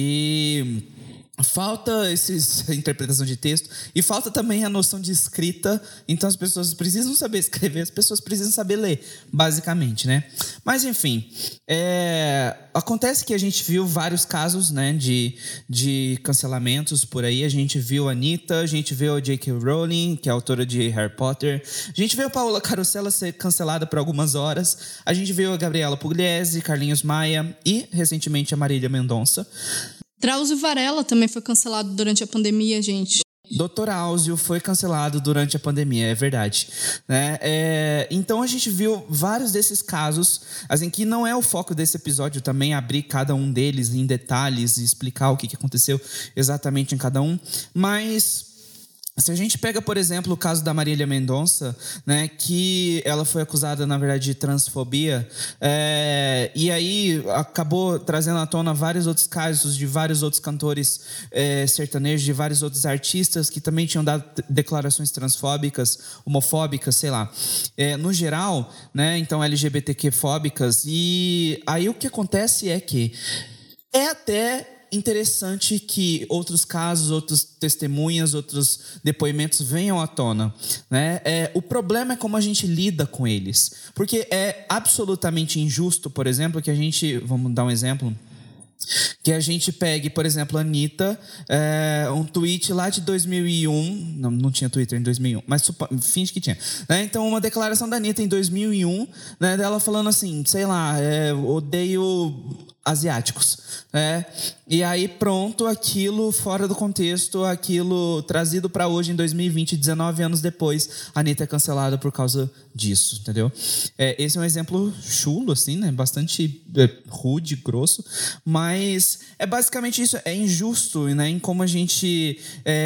E falta essa interpretação de texto e falta também a noção de escrita. Então as pessoas precisam saber escrever, as pessoas precisam saber ler, basicamente, né? Mas enfim, é... acontece que a gente viu vários casos, né, de, de cancelamentos por aí. A gente viu a Anitta, a gente viu a J K. Rowling, que é autora de Harry Potter. A gente viu a Paola Carosella ser cancelada por algumas horas. A gente viu a Gabriela Pugliese, Carlinhos Maia e recentemente a Marília Mendonça. Drauzio Varela também foi cancelado durante a pandemia, gente. doutor Áuzio foi cancelado durante a pandemia, é verdade. Né? É, então a gente viu vários desses casos, assim, que não é o foco desse episódio também, abrir cada um deles em detalhes e explicar o que aconteceu exatamente em cada um, mas se a gente pega, por exemplo, o caso da Marília Mendonça, né, que ela foi acusada, na verdade, de transfobia, é, e aí acabou trazendo à tona vários outros casos de vários outros cantores é, sertanejos, de vários outros artistas que também tinham dado declarações transfóbicas, homofóbicas, sei lá. É, no geral, né, então L G B T Q-fóbicas, e aí o que acontece é que é até interessante que outros casos, outras testemunhas, outros depoimentos venham à tona, né? É, o problema é como a gente lida com eles, porque é absolutamente injusto, por exemplo, que a gente, vamos dar um exemplo, que a gente pegue, por exemplo, a Anitta, é, um tweet lá de dois mil e um, não, não tinha Twitter em dois mil e um, mas supo, finge que tinha, né? Então uma declaração da Anitta em dois mil e um, né, dela falando assim, sei lá, é, odeio asiáticos, né? E aí pronto, aquilo fora do contexto, aquilo trazido para hoje em dois mil e vinte, dezenove anos depois, a Anitta é cancelada por causa disso, entendeu? É, esse é um exemplo chulo, assim, né? Bastante é, rude, grosso, mas é basicamente isso, é injusto, né? Em como a gente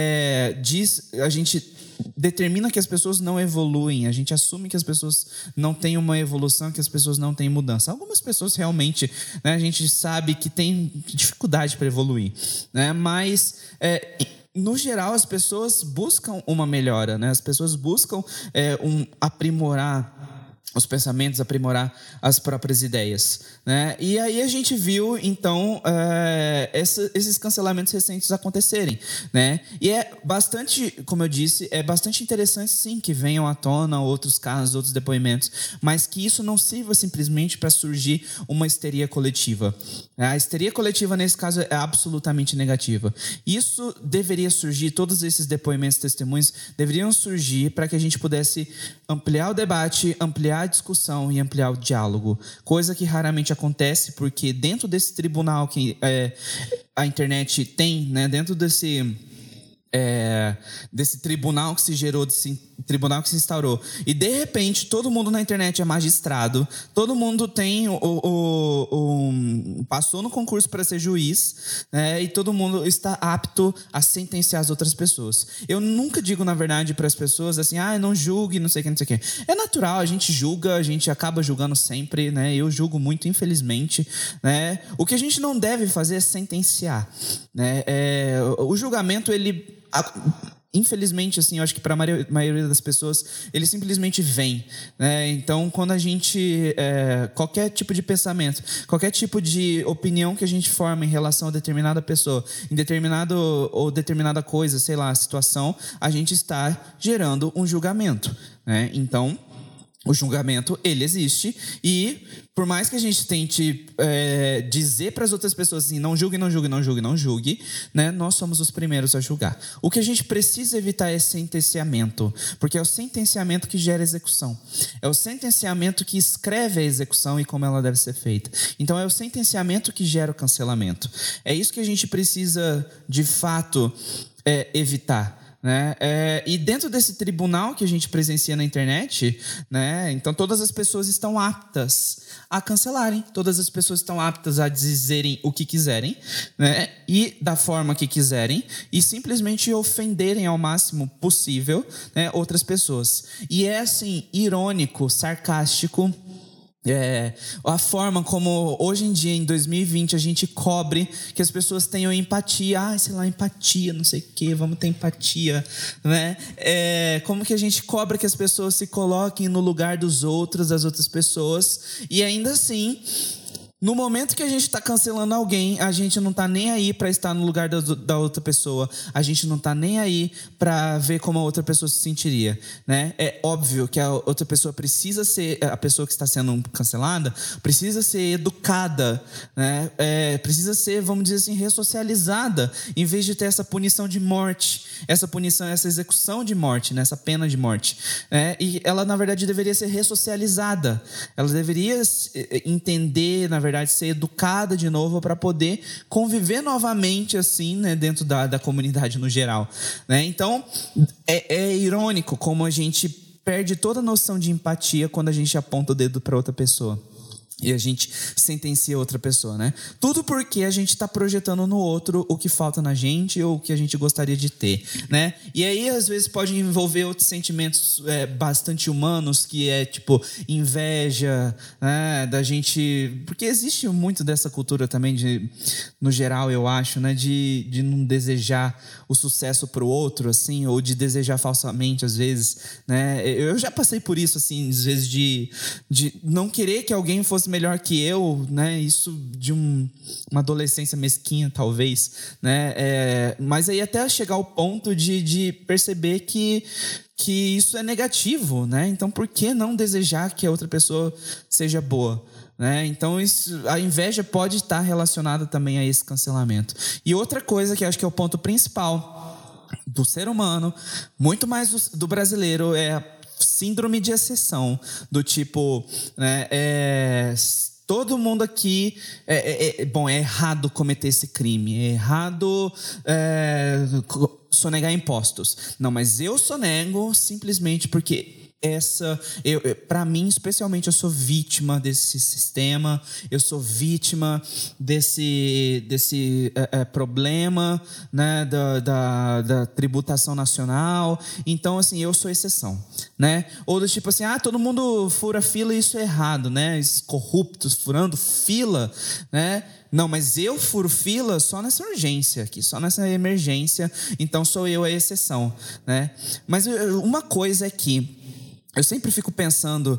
é, diz, a gente determina que as pessoas não evoluem, a gente assume que as pessoas não têm uma evolução, que as pessoas não têm mudança. Algumas pessoas realmente, né, a gente sabe que tem dificuldade para evoluir, né? Mas é, no geral as pessoas buscam uma melhora, né? As pessoas buscam é, um aprimorar os pensamentos, aprimorar as próprias ideias, né? E aí a gente viu, então, é, essa, esses cancelamentos recentes acontecerem, né? E é bastante, como eu disse, é bastante interessante, sim, que venham à tona outros casos, outros depoimentos, mas que isso não sirva simplesmente para surgir uma histeria coletiva. A histeria coletiva, nesse caso, é absolutamente negativa. Isso deveria surgir, todos esses depoimentos, testemunhos, deveriam surgir para que a gente pudesse ampliar o debate, ampliar a discussão e ampliar o diálogo, coisa que raramente acontece, porque dentro desse tribunal que é, a internet tem, né, dentro desse É, desse tribunal que se gerou, desse tribunal que se instaurou, e de repente todo mundo na internet é magistrado, todo mundo tem o, o, o passou no concurso para ser juiz, né, e todo mundo está apto a sentenciar as outras pessoas. Eu nunca digo, na verdade, para as pessoas assim, ah, não julgue, não sei o que, não sei o que. É natural, a gente julga, a gente acaba julgando sempre, né? Eu julgo muito, infelizmente, né? O que a gente não deve fazer é sentenciar, né? É, o julgamento, ele infelizmente, assim, eu acho que para a maioria das pessoas, ele simplesmente vem, né? Então, quando a gente, é, qualquer tipo de pensamento, qualquer tipo de opinião que a gente forma em relação a determinada pessoa, em determinado ou determinada coisa, sei lá, situação, a gente está gerando um julgamento, né? Então, o julgamento, ele existe, e por mais que a gente tente é, dizer para as outras pessoas assim, não julgue, não julgue, não julgue, não julgue, né, nós somos os primeiros a julgar. O que a gente precisa evitar é sentenciamento, porque é o sentenciamento que gera execução. É o sentenciamento que escreve a execução e como ela deve ser feita. Então é o sentenciamento que gera o cancelamento. É isso que a gente precisa, de fato, é, evitar. né? É, e dentro desse tribunal que a gente presencia na internet, né? Então todas as pessoas estão aptas a cancelarem, todas as pessoas estão aptas a dizerem o que quiserem, né? E da forma que quiserem, e simplesmente ofenderem ao máximo possível, né, outras pessoas. E é assim, irônico, sarcástico. É, a forma como hoje em dia, em dois mil e vinte, a gente cobre que as pessoas tenham empatia. Ah, sei lá, empatia, não sei o quê, vamos ter empatia, né? É, como que a gente cobra que as pessoas se coloquem no lugar dos outros, das outras pessoas, e ainda assim, no momento que a gente está cancelando alguém, a gente não está nem aí para estar no lugar da, da outra pessoa. A gente não está nem aí para ver como a outra pessoa se sentiria, né? É óbvio que a outra pessoa precisa ser, a pessoa que está sendo cancelada, precisa ser educada, né? É, precisa ser, vamos dizer assim, ressocializada, em vez de ter essa punição de morte, essa punição, essa execução de morte, né? Essa pena de morte. Né? E ela, na verdade, deveria ser ressocializada. Ela deveria entender, na verdade, ser educada de novo para poder conviver novamente assim, né, dentro da, da comunidade no geral, né? Então é, é irônico como a gente perde toda a noção de empatia quando a gente aponta o dedo para outra pessoa e a gente sentencia outra pessoa, né? Tudo porque a gente está projetando no outro o que falta na gente ou o que a gente gostaria de ter, né? E aí, às vezes, pode envolver outros sentimentos é, bastante humanos, que é, tipo, inveja, né? Da gente... Porque existe muito dessa cultura também, de, no geral, eu acho, né? De, de não desejar o sucesso para o outro, assim, ou de desejar falsamente, às vezes, né? Eu já passei por isso, assim, às vezes, de, de não querer que alguém fosse melhor que eu, né? Isso de um, uma adolescência mesquinha, talvez, né? É, mas aí até chegar ao ponto de, de perceber que, que isso é negativo, né? Então, por que não desejar que a outra pessoa seja boa? Né? Então, isso, a inveja pode estar relacionada também a esse cancelamento. E outra coisa que eu acho que é o ponto principal do ser humano, muito mais do, do brasileiro, é a síndrome de exceção, do tipo, né, é, todo mundo aqui, é, é, é, bom, é errado cometer esse crime, é errado é, sonegar impostos. Não, mas eu sonego simplesmente porque... Essa, eu, para mim, especialmente, eu sou vítima desse sistema, eu sou vítima desse, desse é, é, problema, né, da, da, da tributação nacional. Então, assim, eu sou exceção, né? Ou do tipo assim, ah, todo mundo fura fila e isso é errado, né? Esses corruptos furando fila, né? Não, mas eu furo fila só nessa urgência aqui, só nessa emergência, então sou eu a exceção, né? Mas uma coisa é que eu sempre fico pensando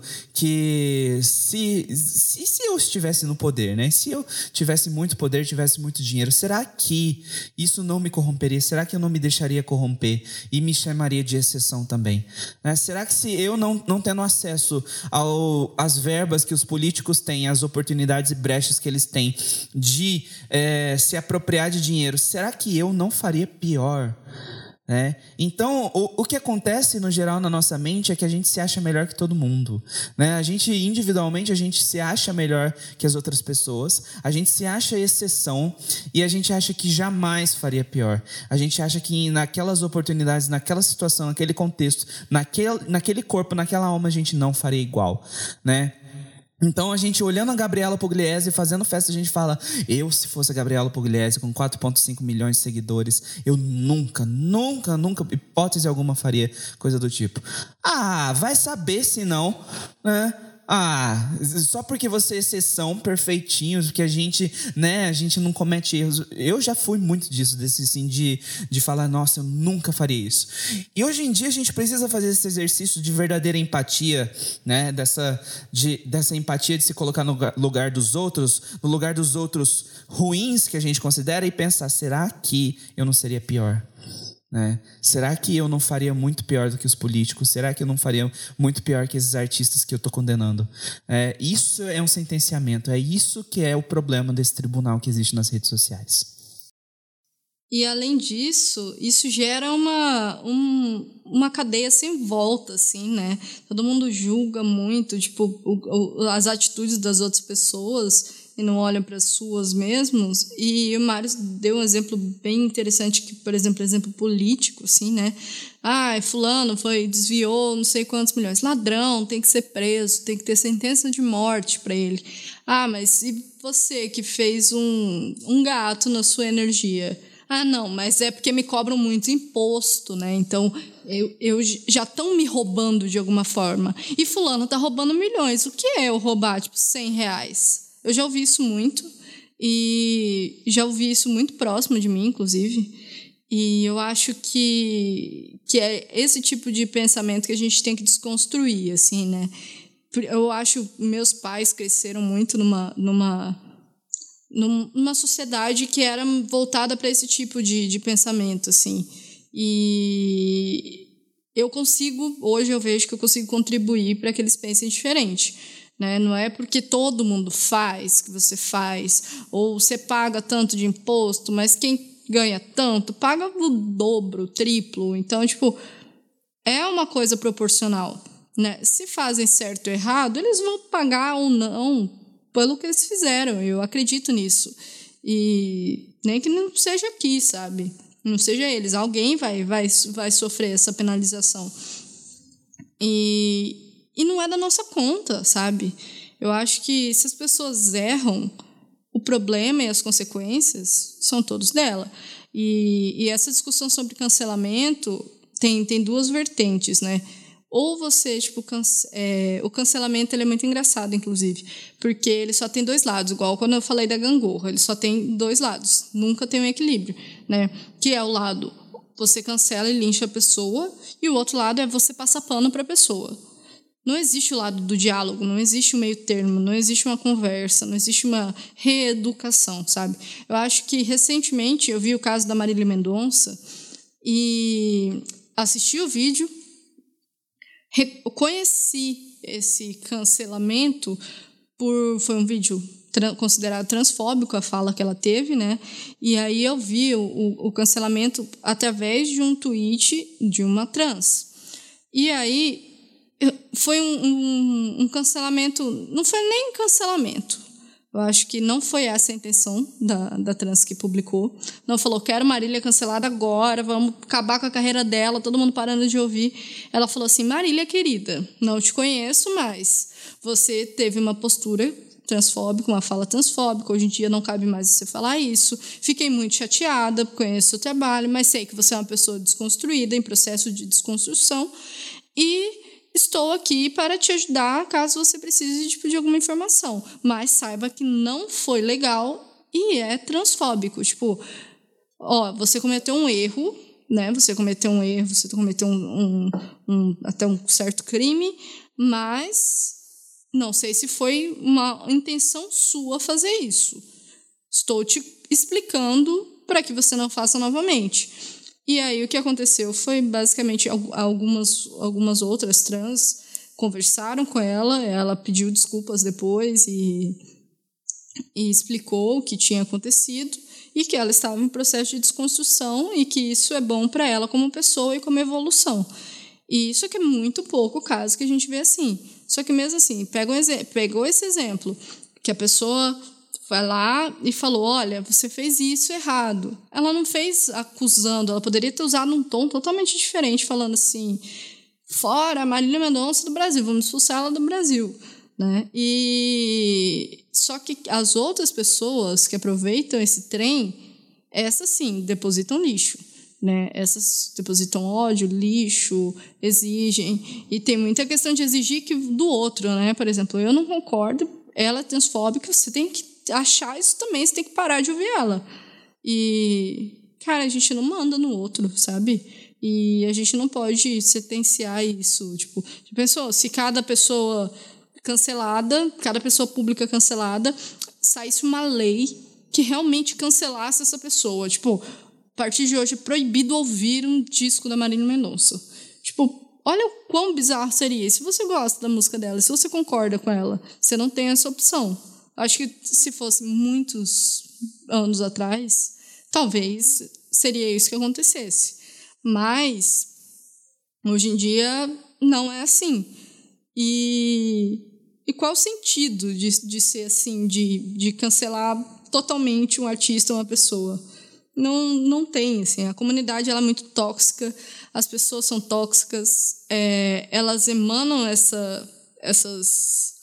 que se, se, se eu estivesse no poder, né? Se eu tivesse muito poder, tivesse muito dinheiro, será que isso não me corromperia? Será que eu não me deixaria corromper e me chamaria de exceção também? Né? Será que se eu não, não tendo acesso ao, às verbas que os políticos têm, às oportunidades e brechas que eles têm de é, se apropriar de dinheiro, será que eu não faria pior? É. Então, o, o que acontece no geral na nossa mente é que a gente se acha melhor que todo mundo, né? A gente, individualmente, a gente se acha melhor que as outras pessoas, a gente se acha exceção e a gente acha que jamais faria pior. A gente acha que naquelas oportunidades, naquela situação, naquele contexto, naquele, naquele corpo, naquela alma, a gente não faria igual, né? Então, a gente olhando a Gabriela Pugliese fazendo festa, a gente fala, eu, se fosse a Gabriela Pugliese com quatro vírgula cinco milhões de seguidores, eu nunca, nunca, nunca, hipótese alguma, faria coisa do tipo. Ah, vai saber se não, né? Ah, só porque você é exceção, perfeitinho, que a gente, né, a gente não comete erros. Eu já fui muito disso, desse assim, de, de falar, nossa, eu nunca faria isso. E hoje em dia a gente precisa fazer esse exercício de verdadeira empatia, né, dessa, de, dessa empatia de se colocar no lugar dos outros, no lugar dos outros ruins que a gente considera e pensar, será que eu não seria pior? Né? Será que eu não faria muito pior do que os políticos? Será que eu não faria muito pior que esses artistas que eu estou condenando? É, isso é um sentenciamento, é isso que é o problema desse tribunal que existe nas redes sociais. E, além disso, isso gera uma, um, uma cadeia sem volta, assim, né? Todo mundo julga muito, tipo, o, o, as atitudes das outras pessoas e não olham para as suas mesmos. E o Mário deu um exemplo bem interessante, que, por exemplo, exemplo político, assim, né? Ah, fulano foi, desviou não sei quantos milhões. Ladrão, tem que ser preso, tem que ter sentença de morte para ele. Ah, mas e você que fez um, um gato na sua energia? Ah, não, mas é porque me cobram muito imposto, né? Então, eu, eu já estão me roubando de alguma forma. E fulano tá roubando milhões. O que é eu roubar, tipo, cem reais? Eu já ouvi isso muito. E já ouvi isso muito próximo de mim, inclusive. E eu acho que, que é esse tipo de pensamento que a gente tem que desconstruir, assim, né? Eu acho que meus pais cresceram muito numa... numa numa sociedade que era voltada para esse tipo de, de pensamento, assim. E eu consigo, hoje eu vejo que eu consigo contribuir para que eles pensem diferente, né? Não é porque todo mundo faz que você faz, ou você paga tanto de imposto, mas quem ganha tanto paga o dobro, o triplo. Então, tipo, é uma coisa proporcional, né? Se fazem certo ou errado, eles vão pagar ou não pelo que eles fizeram, eu acredito nisso. E nem que não seja aqui, sabe? Não seja eles, alguém vai, vai, vai sofrer essa penalização. E, e não é da nossa conta, sabe? Eu acho que se as pessoas erram, o problema e as consequências são todos dela. E, e essa discussão sobre cancelamento tem, tem duas vertentes, né? Ou você, tipo, cance- é, o cancelamento ele é muito engraçado, inclusive, porque ele só tem dois lados, igual quando eu falei da gangorra, ele só tem dois lados, nunca tem um equilíbrio, né? Que é o lado, você cancela e lincha a pessoa, e o outro lado é você passar pano para a pessoa. Não existe o lado do diálogo, não existe o meio termo, não existe uma conversa, não existe uma reeducação, sabe? Eu acho que, recentemente, eu vi o caso da Marília Mendonça e assisti o vídeo. Reconheci esse cancelamento por... Foi um vídeo tra- considerado transfóbico, a fala que ela teve, né? E aí eu vi o, o cancelamento através de um tweet de uma trans. E aí foi um, um, um cancelamento... Não foi nem cancelamento. Eu acho que não foi essa a intenção da, da trans que publicou. Não falou, quero Marília cancelada agora, vamos acabar com a carreira dela, todo mundo parando de ouvir. Ela falou assim, Marília, querida, não te conheço mais. Você teve uma postura transfóbica, uma fala transfóbica, hoje em dia não cabe mais você falar isso. Fiquei muito chateada, conheço o seu trabalho, mas sei que você é uma pessoa desconstruída, em processo de desconstrução, e estou aqui para te ajudar caso você precise tipo, de alguma informação. Mas saiba que não foi legal e é transfóbico. Tipo, ó, você cometeu um erro, né? Você cometeu um erro, você cometeu um, um, um, até um certo crime, mas não sei se foi uma intenção sua fazer isso. Estou te explicando para que você não faça novamente. E aí o que aconteceu foi basicamente algumas, algumas outras trans conversaram com ela, ela pediu desculpas depois e, e explicou o que tinha acontecido e que ela estava em processo de desconstrução e que isso é bom para ela como pessoa e como evolução. E isso aqui é muito pouco o caso que a gente vê assim. Só que mesmo assim, pega um exe- pegou esse exemplo, que a pessoa vai lá e falou, olha, você fez isso errado. Ela não fez acusando, ela poderia ter usado um tom totalmente diferente, falando assim, fora a Marília Mendonça do Brasil, vamos expulsar ela do Brasil. Né? E só que as outras pessoas que aproveitam esse trem, essas sim, depositam lixo. Né? Essas depositam ódio, lixo, exigem. E tem muita questão de exigir que do outro. Né? Por exemplo, eu não concordo, ela é transfóbica, você tem que achar isso também, você tem que parar de ouvir ela. E, cara, a gente não manda no outro, sabe? E a gente não pode sentenciar isso. Tipo, pensou, se cada pessoa cancelada, cada pessoa pública cancelada, saísse uma lei que realmente cancelasse essa pessoa. Tipo, a partir de hoje é proibido ouvir um disco da Marília Mendonça. Tipo, olha o quão bizarro seria. E se você gosta da música dela, se você concorda com ela, você não tem essa opção. Acho que se fosse muitos anos atrás, talvez seria isso que acontecesse. Mas, hoje em dia, não é assim. E e qual o sentido de, de ser assim, de, de cancelar totalmente um artista, uma pessoa? Não, não tem, assim, a comunidade ela é muito tóxica, as pessoas são tóxicas, é, elas emanam essa, essas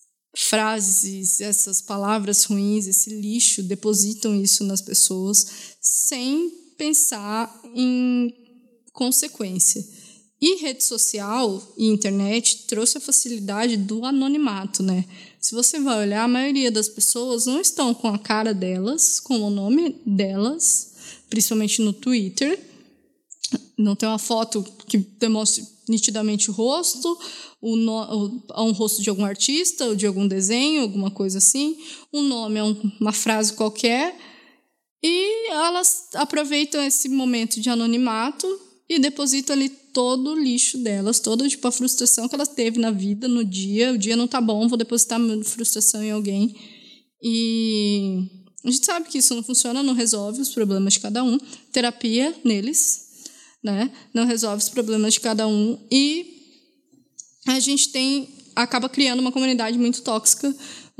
frases, essas palavras ruins, esse lixo, depositam isso nas pessoas sem pensar em consequência. E rede social e internet trouxe a facilidade do anonimato, né? Se você vai olhar, a maioria das pessoas não estão com a cara delas, com o nome delas, principalmente no Twitter. Não tem uma foto que demonstre nitidamente o rosto, o no, o, um rosto de algum artista ou de algum desenho, alguma coisa assim. Um nome é um, uma frase qualquer. E elas aproveitam esse momento de anonimato e depositam ali todo o lixo delas, toda tipo, a frustração que ela teve na vida, no dia. O dia não tá bom, vou depositar minha frustração em alguém. E a gente sabe que isso não funciona, não resolve os problemas de cada um. Terapia neles, né? Não resolve os problemas de cada um. E a gente tem, acaba criando uma comunidade muito tóxica,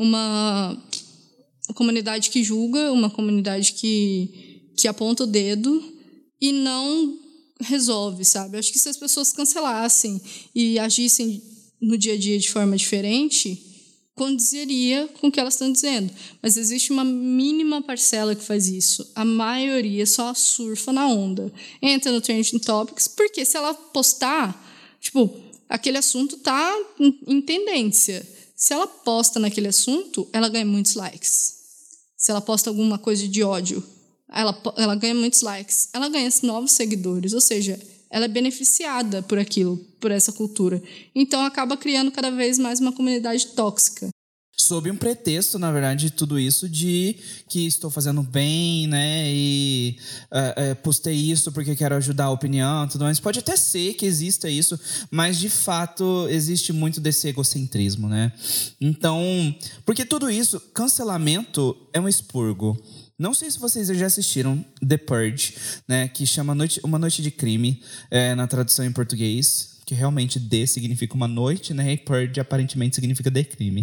uma comunidade que julga, uma comunidade que, que aponta o dedo e não resolve, sabe? Acho que se as pessoas cancelassem e agissem no dia a dia de forma diferente, condizeria com o que elas estão dizendo. Mas existe uma mínima parcela que faz isso. A maioria só surfa na onda. Entra no Trending Topics, porque se ela postar, tipo, aquele assunto tá em tendência. Se ela posta naquele assunto, ela ganha muitos likes. Se ela posta alguma coisa de ódio, Ela, ela ganha muitos likes, ela ganha novos seguidores, ou seja, ela é beneficiada por aquilo, por essa cultura. Então, acaba criando cada vez mais uma comunidade tóxica. Sob um pretexto, na verdade, de tudo isso, de que estou fazendo bem, né, e uh, uh, postei isso porque quero ajudar a opinião e tudo mais. Pode até ser que exista isso, mas, de fato, existe muito desse egocentrismo, né? Então, porque tudo isso, cancelamento é um expurgo. Não sei se vocês já assistiram The Purge, né, que chama Noite, Uma Noite de Crime, é, na tradução em português, que realmente The significa uma noite, né, e Purge aparentemente significa de crime.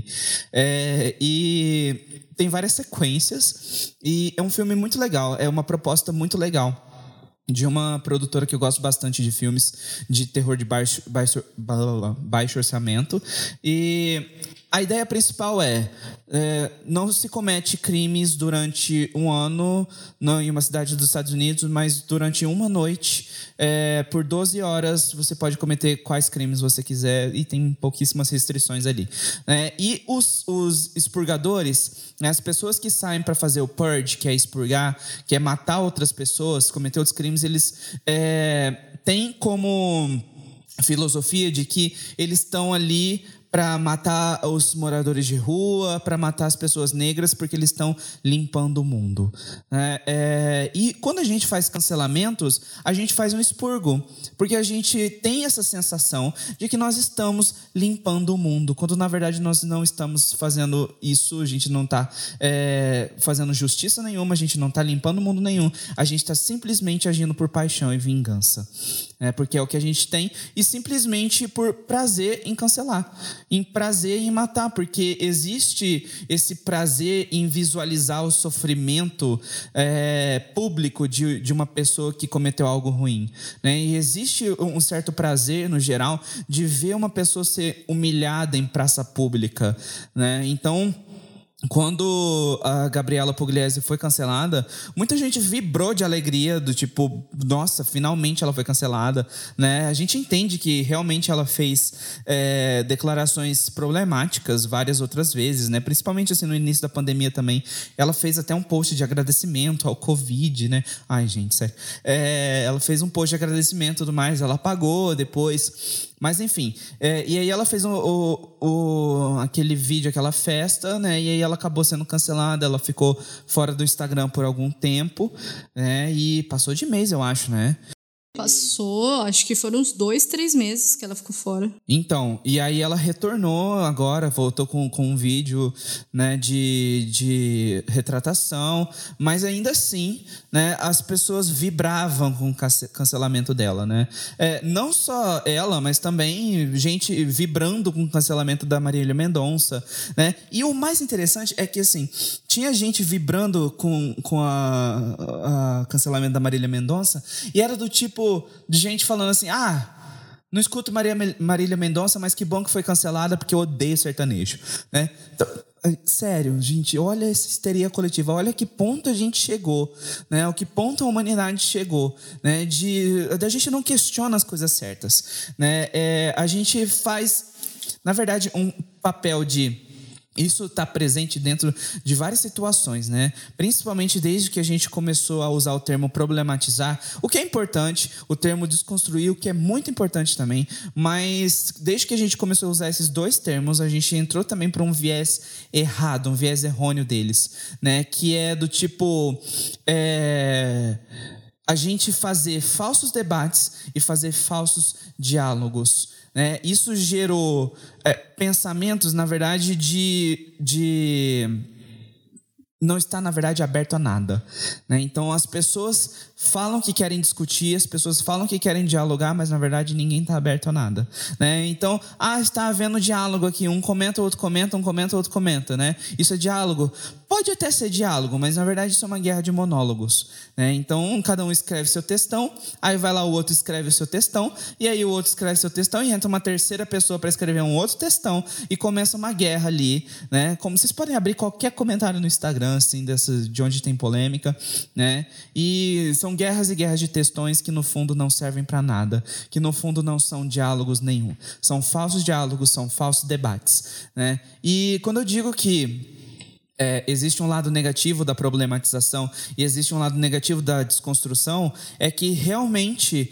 É, e tem várias sequências, e é um filme muito legal, é uma proposta muito legal de uma produtora que eu gosto bastante de filmes de terror de baixo, baixo, baixo orçamento. E a ideia principal é, é não se comete crimes durante um ano não, em uma cidade dos Estados Unidos, mas durante uma noite, é, por doze horas, você pode cometer quais crimes você quiser e tem pouquíssimas restrições ali. É, e os, os expurgadores, né, as pessoas que saem para fazer o purge, que é expurgar, que é matar outras pessoas, cometer outros crimes, eles é, têm como filosofia de que eles estão ali para matar os moradores de rua, para matar as pessoas negras, porque eles estão limpando o mundo. É, é, e quando a gente faz cancelamentos, a gente faz um expurgo, porque a gente tem essa sensação de que nós estamos limpando o mundo, quando na verdade nós não estamos fazendo isso, a gente não está é, fazendo justiça nenhuma, a gente não está limpando o mundo nenhum, a gente está simplesmente agindo por paixão e vingança, é, porque é o que a gente tem, e simplesmente por prazer em cancelar, em prazer em matar, porque existe esse prazer em visualizar o sofrimento é, público de, de uma pessoa que cometeu algo ruim, né? E existe um certo prazer, no geral, de ver uma pessoa ser humilhada em praça pública, né? Então, quando a Gabriela Pugliese foi cancelada, muita gente vibrou de alegria, do tipo, nossa, finalmente ela foi cancelada, né? A gente entende que realmente ela fez é, declarações problemáticas várias outras vezes, né? Principalmente assim no início da pandemia também. Ela fez até um post de agradecimento ao Covid, né? Ai, gente, sério. É, ela fez um post de agradecimento e tudo mais, ela apagou depois. Mas enfim, é, e aí ela fez o, o, o, aquele vídeo, aquela festa, né? E aí ela acabou sendo cancelada, ela ficou fora do Instagram por algum tempo, né? E passou de mês, eu acho, né? Passou, acho que foram uns dois, três meses que ela ficou fora. Então, e aí ela retornou agora, voltou com, com um vídeo, né, de, de retratação, mas ainda assim, né, as pessoas vibravam com o cancelamento dela, né? É, não só ela, mas também gente vibrando com o cancelamento da Marília Mendonça, né? E o mais interessante é que, assim, tinha gente vibrando com, com a, a cancelamento da Marília Mendonça e era do tipo de gente falando assim, ah, não escuto Maria, Marília Mendonça, mas que bom que foi cancelada porque eu odeio sertanejo, né? Então, sério, gente, olha essa histeria coletiva, olha que ponto a gente chegou, né? O que ponto a humanidade chegou, né? De, a gente não questiona as coisas certas, né? É, a gente faz, na verdade, um papel de... Isso está presente dentro de várias situações, né? Principalmente desde que a gente começou a usar o termo problematizar, o que é importante, o termo desconstruir, o que é muito importante também, mas desde que a gente começou a usar esses dois termos, a gente entrou também para um viés errado, um viés errôneo deles, né? Que é do tipo... É... a gente fazer falsos debates e fazer falsos diálogos, né? Isso gerou é, pensamentos, na verdade, de, de não estar, na verdade, aberto a nada, né? Então, as pessoas falam que querem discutir, as pessoas falam que querem dialogar, mas, na verdade, ninguém está aberto a nada, né? Então, ah, está havendo diálogo aqui, um comenta, outro comenta, um comenta, outro comenta, né? Isso é diálogo? Pode até ser diálogo, mas, na verdade, isso é uma guerra de monólogos, né? Então, cada um escreve seu textão, aí vai lá o outro escreve o seu textão, e aí o outro escreve seu textão, e entra uma terceira pessoa para escrever um outro textão, e começa uma guerra ali, né? Como vocês podem abrir qualquer comentário no Instagram, assim, dessa, de onde tem polêmica, né? E são guerras e guerras de textões que no fundo não servem para nada, que no fundo não são diálogos nenhum, são falsos diálogos, são falsos debates, né? E quando eu digo que É, existe um lado negativo da problematização e existe um lado negativo da desconstrução, é que realmente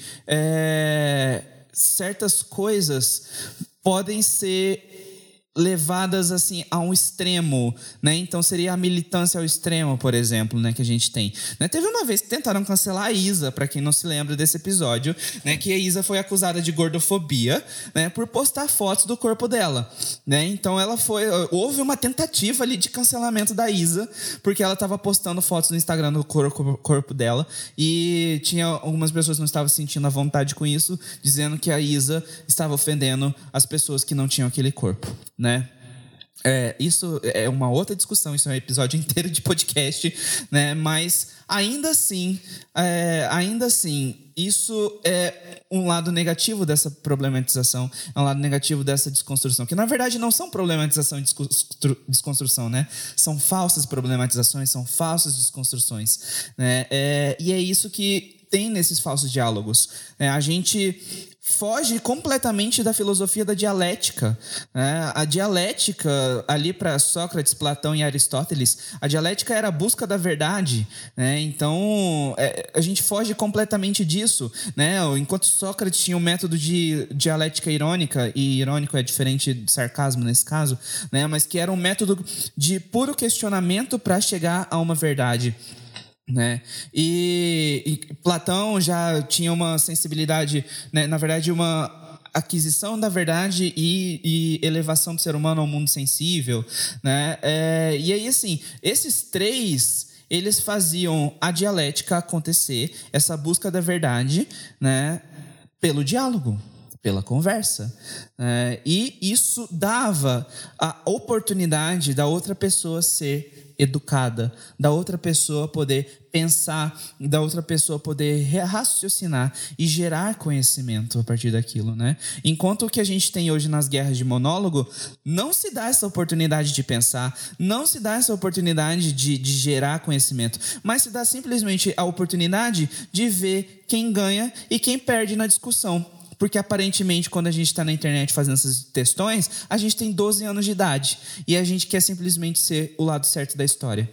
é, certas coisas podem ser levadas assim a um extremo, né? Então seria a militância ao extremo, por exemplo, né, que a gente tem, né? Teve uma vez que tentaram cancelar a Isa, para quem não se lembra desse episódio, né, que a Isa foi acusada de gordofobia, né, por postar fotos do corpo dela, né? Então ela foi, houve uma tentativa ali de cancelamento da Isa, porque ela estava postando fotos no Instagram do corpo, corpo dela, e tinha algumas pessoas que não estavam sentindo a vontade com isso, dizendo que a Isa estava ofendendo as pessoas que não tinham aquele corpo, né? É, isso é uma outra discussão, isso é um episódio inteiro de podcast, né? Mas ainda assim, é, ainda assim, isso é um lado negativo dessa problematização, é um lado negativo dessa desconstrução, que na verdade não são problematização e desconstrução, né? São falsas problematizações, são falsas desconstruções, né? É, e é isso que tem nesses falsos diálogos, né? A gente foge completamente da filosofia da dialética, né? A dialética, ali para Sócrates, Platão e Aristóteles, a dialética era a busca da verdade, né? Então, é, a gente foge completamente disso, né? Enquanto Sócrates tinha um método de dialética irônica, e irônico é diferente de sarcasmo nesse caso, né? Mas que era um método de puro questionamento para chegar a uma verdade, né? E, e Platão já tinha uma sensibilidade, né? Na verdade, uma aquisição da verdade e, e elevação do ser humano ao mundo sensível, né? É, e aí, assim, esses três, eles faziam a dialética acontecer, essa busca da verdade, né? Pelo diálogo, pela conversa, né? E isso dava a oportunidade da outra pessoa ser educada, da outra pessoa poder pensar, da outra pessoa poder raciocinar e gerar conhecimento a partir daquilo, né? Enquanto o que a gente tem hoje nas guerras de monólogo, não se dá essa oportunidade de pensar, não se dá essa oportunidade de, de gerar conhecimento, mas se dá simplesmente a oportunidade de ver quem ganha e quem perde na discussão. Porque, aparentemente, quando a gente está na internet fazendo essas textões, a gente tem doze anos de idade. E a gente quer simplesmente ser o lado certo da história.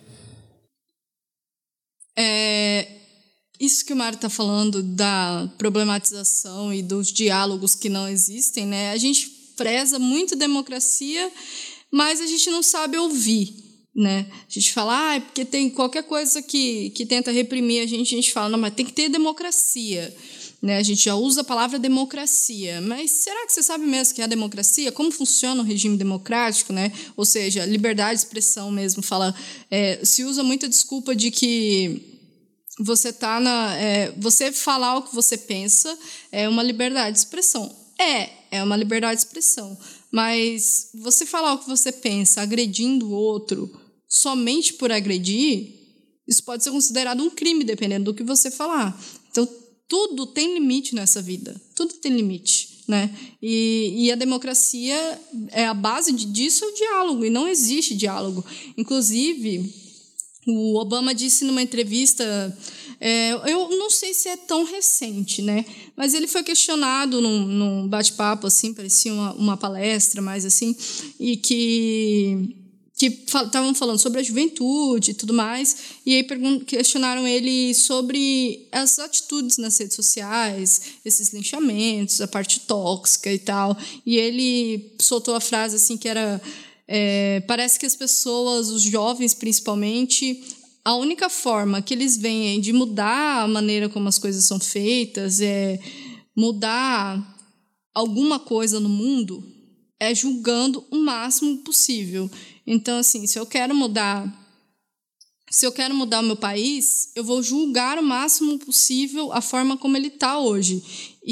É, isso que o Mário está falando da problematização e dos diálogos que não existem, né? A gente preza muito democracia, mas a gente não sabe ouvir, né? A gente fala, ah, porque tem qualquer coisa que, que tenta reprimir a gente, a gente fala, não, mas tem que ter democracia. né? A gente já usa a palavra democracia, mas será que você sabe mesmo que é a democracia? Como funciona o regime democrático, né? Ou seja, liberdade de expressão mesmo. Fala, é, se usa muita desculpa de que você tá na, é, você falar o que você pensa é uma liberdade de expressão. É, é uma liberdade de expressão. Mas você falar o que você pensa agredindo o outro somente por agredir, isso pode ser considerado um crime, dependendo do que você falar. Então, tudo tem limite nessa vida. Tudo tem limite, né? E, e a democracia, é a base disso é o diálogo, e não existe diálogo. Inclusive, o Obama disse numa entrevista, é, eu não sei se é tão recente, né? Mas ele foi questionado num, num bate-papo, assim, parecia uma, uma palestra, mais assim, e que que estavam falando sobre a juventude e tudo mais, e aí questionaram ele sobre as atitudes nas redes sociais, esses linchamentos, a parte tóxica e tal, e ele soltou a frase assim que era, é, parece que as pessoas, os jovens principalmente, a única forma que eles veem de mudar a maneira como as coisas são feitas, é mudar alguma coisa no mundo, é julgando o máximo possível. Então, assim, se eu quero mudar, se eu quero mudar o meu país, eu vou julgar o máximo possível a forma como ele está hoje.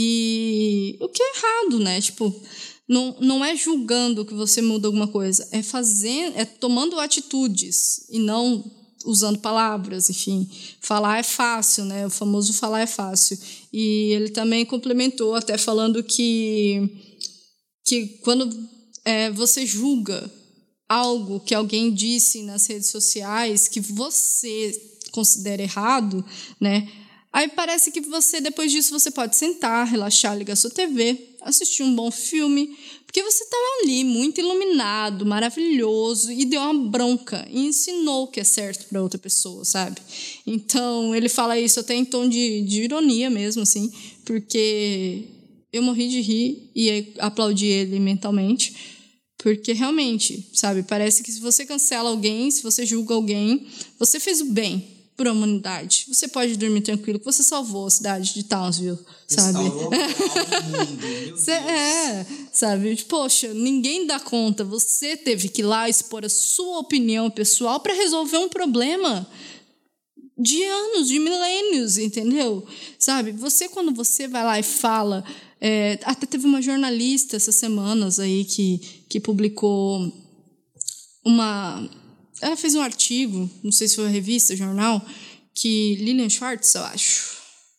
E o que é errado, né? Tipo, não, não é julgando que você muda alguma coisa, é fazendo, é tomando atitudes e não usando palavras, enfim. Falar é fácil, né? O famoso falar é fácil. E ele também complementou até falando que que quando é, você julga algo que alguém disse nas redes sociais que você considera errado, né? Aí parece que você, depois disso, você pode sentar, relaxar, ligar sua T V, assistir um bom filme, porque você estava ali muito iluminado, maravilhoso, e deu uma bronca, e ensinou o que é certo para outra pessoa, sabe? Então, ele fala isso até em tom de, de ironia mesmo, assim, porque eu morri de rir e aplaudi ele mentalmente, porque realmente, sabe, parece que se você cancela alguém, se você julga alguém, você fez o bem para a humanidade. Você pode dormir tranquilo que você salvou a cidade de Townsville, sabe? Salvou o mundo, meu Deus. É, sabe? Poxa, ninguém dá conta. Você teve que ir lá expor a sua opinião pessoal para resolver um problema de anos, de milênios, entendeu? Sabe? Você, quando você vai lá e fala... É, até teve uma jornalista essas semanas aí que, que publicou uma... Ela fez um artigo, não sei se foi uma revista, jornal, que Lillian Schwartz, eu acho,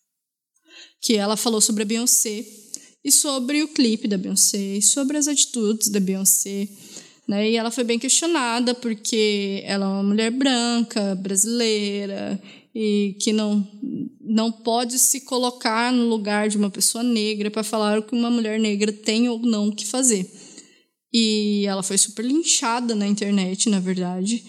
que ela falou sobre a Beyoncé e sobre o clipe da Beyoncé e sobre as atitudes da Beyoncé, né? E ela foi bem questionada porque ela é uma mulher branca, brasileira, e que não, não pode se colocar no lugar de uma pessoa negra para falar o que uma mulher negra tem ou não que fazer. E ela foi super linchada na internet, na verdade,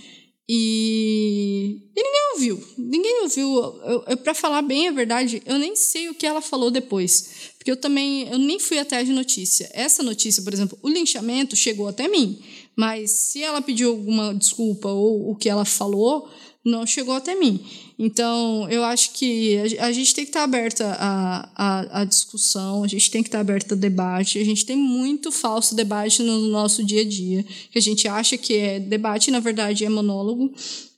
e, e ninguém ouviu. Ninguém ouviu. Eu, eu, para falar bem a verdade, eu nem sei o que ela falou depois, porque eu também eu nem fui atrás de notícia. Essa notícia, por exemplo, o linchamento chegou até mim, mas se ela pediu alguma desculpa ou o que ela falou, não chegou até mim. Então, eu acho que a gente tem que estar aberta à, à, à discussão, a gente tem que estar aberta ao debate. A gente tem muito falso debate no nosso dia a dia, que a gente acha que é debate, na verdade, é monólogo.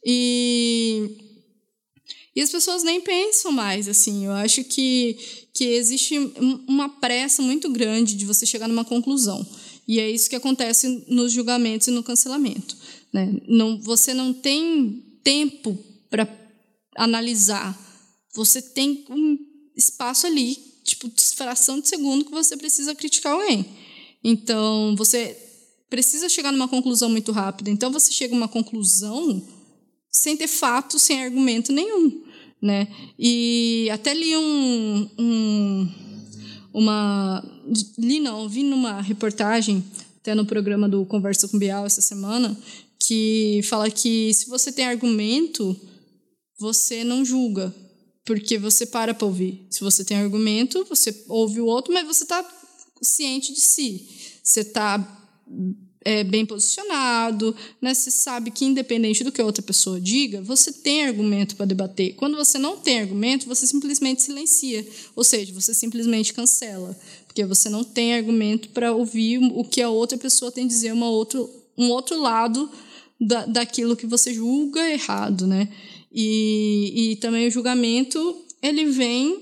E, e as pessoas nem pensam mais, assim. Eu acho que, que existe uma pressa muito grande de você chegar numa conclusão. E é isso que acontece nos julgamentos e no cancelamento, né? Não, você não tem tempo para analisar. Você tem um espaço ali, tipo, de fração de segundo que você precisa criticar alguém. Então, você precisa chegar numa conclusão muito rápida. Então, você chega a uma conclusão sem ter fato, sem argumento nenhum, né? E até li um... um uma... Li não, vi numa reportagem, até no programa do Conversa com Bial essa semana, que fala que se você tem argumento, você não julga, porque você para para ouvir. Se você tem argumento, você ouve o outro, mas você está ciente de si. Você está é, bem posicionado, né? Você sabe que, independente do que a outra pessoa diga, você tem argumento para debater. Quando você não tem argumento, você simplesmente silencia. Ou seja, você simplesmente cancela. Porque você não tem argumento para ouvir o que a outra pessoa tem a dizer, uma outro, um outro lado da, daquilo que você julga errado, né? E, e também o julgamento, ele vem...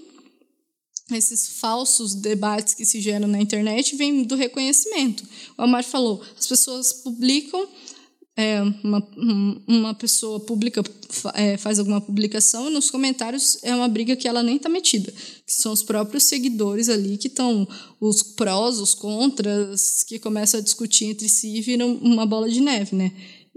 Esses falsos debates que se geram na internet vêm do reconhecimento. O Amar falou, as pessoas publicam, é, uma, uma pessoa pública é, faz alguma publicação e nos comentários é uma briga que ela nem está metida, que são os próprios seguidores ali que estão, os prós, os contras, que começam a discutir entre si e viram uma bola de neve, né?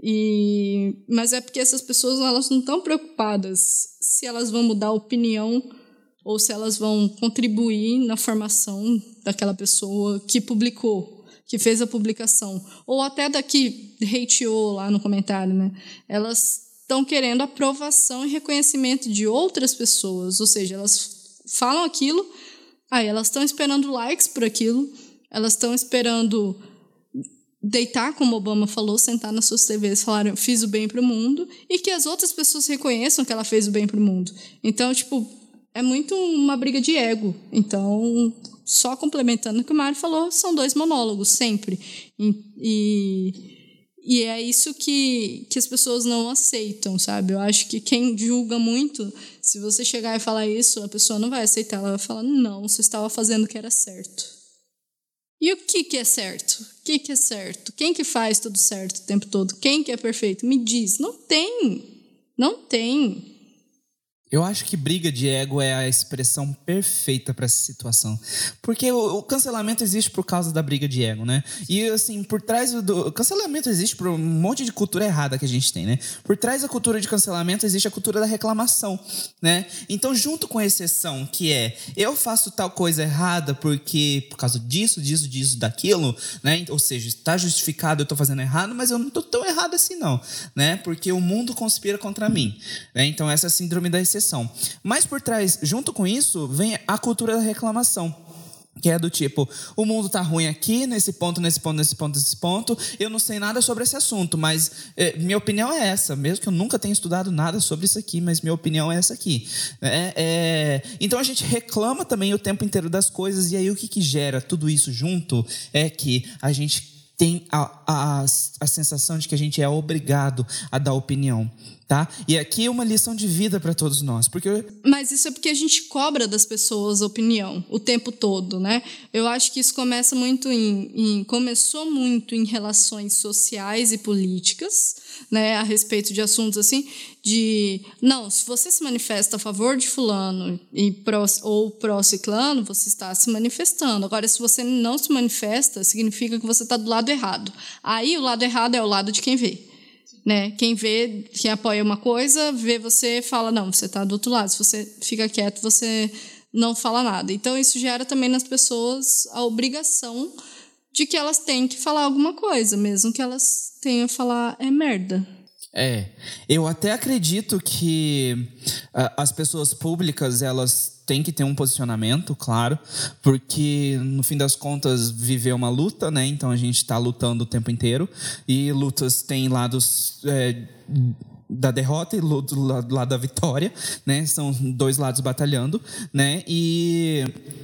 E, mas é porque essas pessoas elas não estão preocupadas se elas vão mudar a opinião ou se elas vão contribuir na formação daquela pessoa que publicou, que fez a publicação, ou até da que hateou lá no comentário, né? Elas estão querendo aprovação e reconhecimento de outras pessoas, ou seja, elas falam aquilo, aí elas estão esperando likes por aquilo, elas estão esperando deitar, como Obama falou, sentar nas suas T Vs e falar, fiz o bem para o mundo, e que as outras pessoas reconheçam que ela fez o bem para o mundo. Então, tipo... É muito uma briga de ego. Então, só complementando o que o Mário falou, são dois monólogos, sempre. E, e, e é isso que, que as pessoas não aceitam, sabe? Eu acho que quem julga muito, se você chegar e falar isso, a pessoa não vai aceitar. Ela vai falar, não, você estava fazendo o que era certo. E o que, que é certo? O que, que é certo? Quem que faz tudo certo o tempo todo? Quem que é perfeito? Me diz. Não tem. Não tem. Eu acho que briga de ego é a expressão perfeita para essa situação. Porque o, o cancelamento existe por causa da briga de ego, né? E, assim, por trás do... O cancelamento existe por um monte de cultura errada que a gente tem, né? Por trás da cultura de cancelamento existe a cultura da reclamação, né? Então, junto com a exceção, que é eu faço tal coisa errada porque... Por causa disso, disso, disso, daquilo, né? Ou seja, está justificado, eu estou fazendo errado, mas eu não estou tão errado assim, não, né? Porque o mundo conspira contra mim, né? Então, essa é a síndrome da exceção. Mas por trás, junto com isso, vem a cultura da reclamação. Que é do tipo, o mundo tá ruim aqui, nesse ponto, nesse ponto, nesse ponto, nesse ponto. Eu não sei nada sobre esse assunto, mas é, minha opinião é essa. Mesmo que eu nunca tenha estudado nada sobre isso aqui, mas minha opinião é essa aqui. É, é, então a gente reclama também o tempo inteiro das coisas. E aí o que, que gera tudo isso junto é que a gente tem a, a, a sensação de que a gente é obrigado a dar opinião. Tá? E aqui é uma lição de vida para todos nós. Porque... Mas isso é porque a gente cobra das pessoas opinião o tempo todo, né? Eu acho que isso começa muito em, em, começou muito em relações sociais e políticas, né? A respeito de assuntos assim, de não, se você se manifesta a favor de fulano e pró, ou pró-ciclano, você está se manifestando. Agora, se você não se manifesta, significa que você está do lado errado. Aí o lado errado é o lado de quem vê. Né? Quem vê, quem apoia uma coisa, vê você e fala, não, você está do outro lado. Se você fica quieto, você não fala nada. Então, isso gera também nas pessoas a obrigação de que elas têm que falar alguma coisa, mesmo que elas tenham a falar é merda. É, eu até acredito que uh, as pessoas públicas, elas têm que ter um posicionamento, claro, porque no fim das contas viver é uma luta, né? Então a gente está lutando o tempo inteiro e lutas têm lados é, da derrota e do lado, lado da vitória, né? São dois lados batalhando, né? E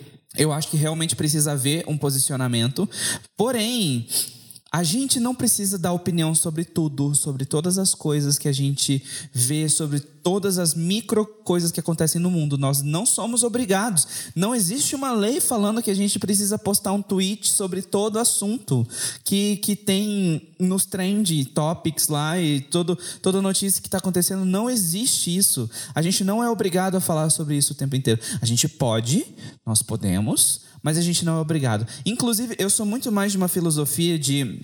eu acho que realmente precisa haver um posicionamento, porém... A gente não precisa dar opinião sobre tudo, sobre todas as coisas que a gente vê, sobre todas as micro coisas que acontecem no mundo. Nós não somos obrigados. Não existe uma lei falando que a gente precisa postar um tweet sobre todo assunto que, que tem nos trend topics lá e todo, toda notícia que está acontecendo. Não existe isso. A gente não é obrigado a falar sobre isso o tempo inteiro. A gente pode, nós podemos... mas a gente não é obrigado. Inclusive, eu sou muito mais de uma filosofia de...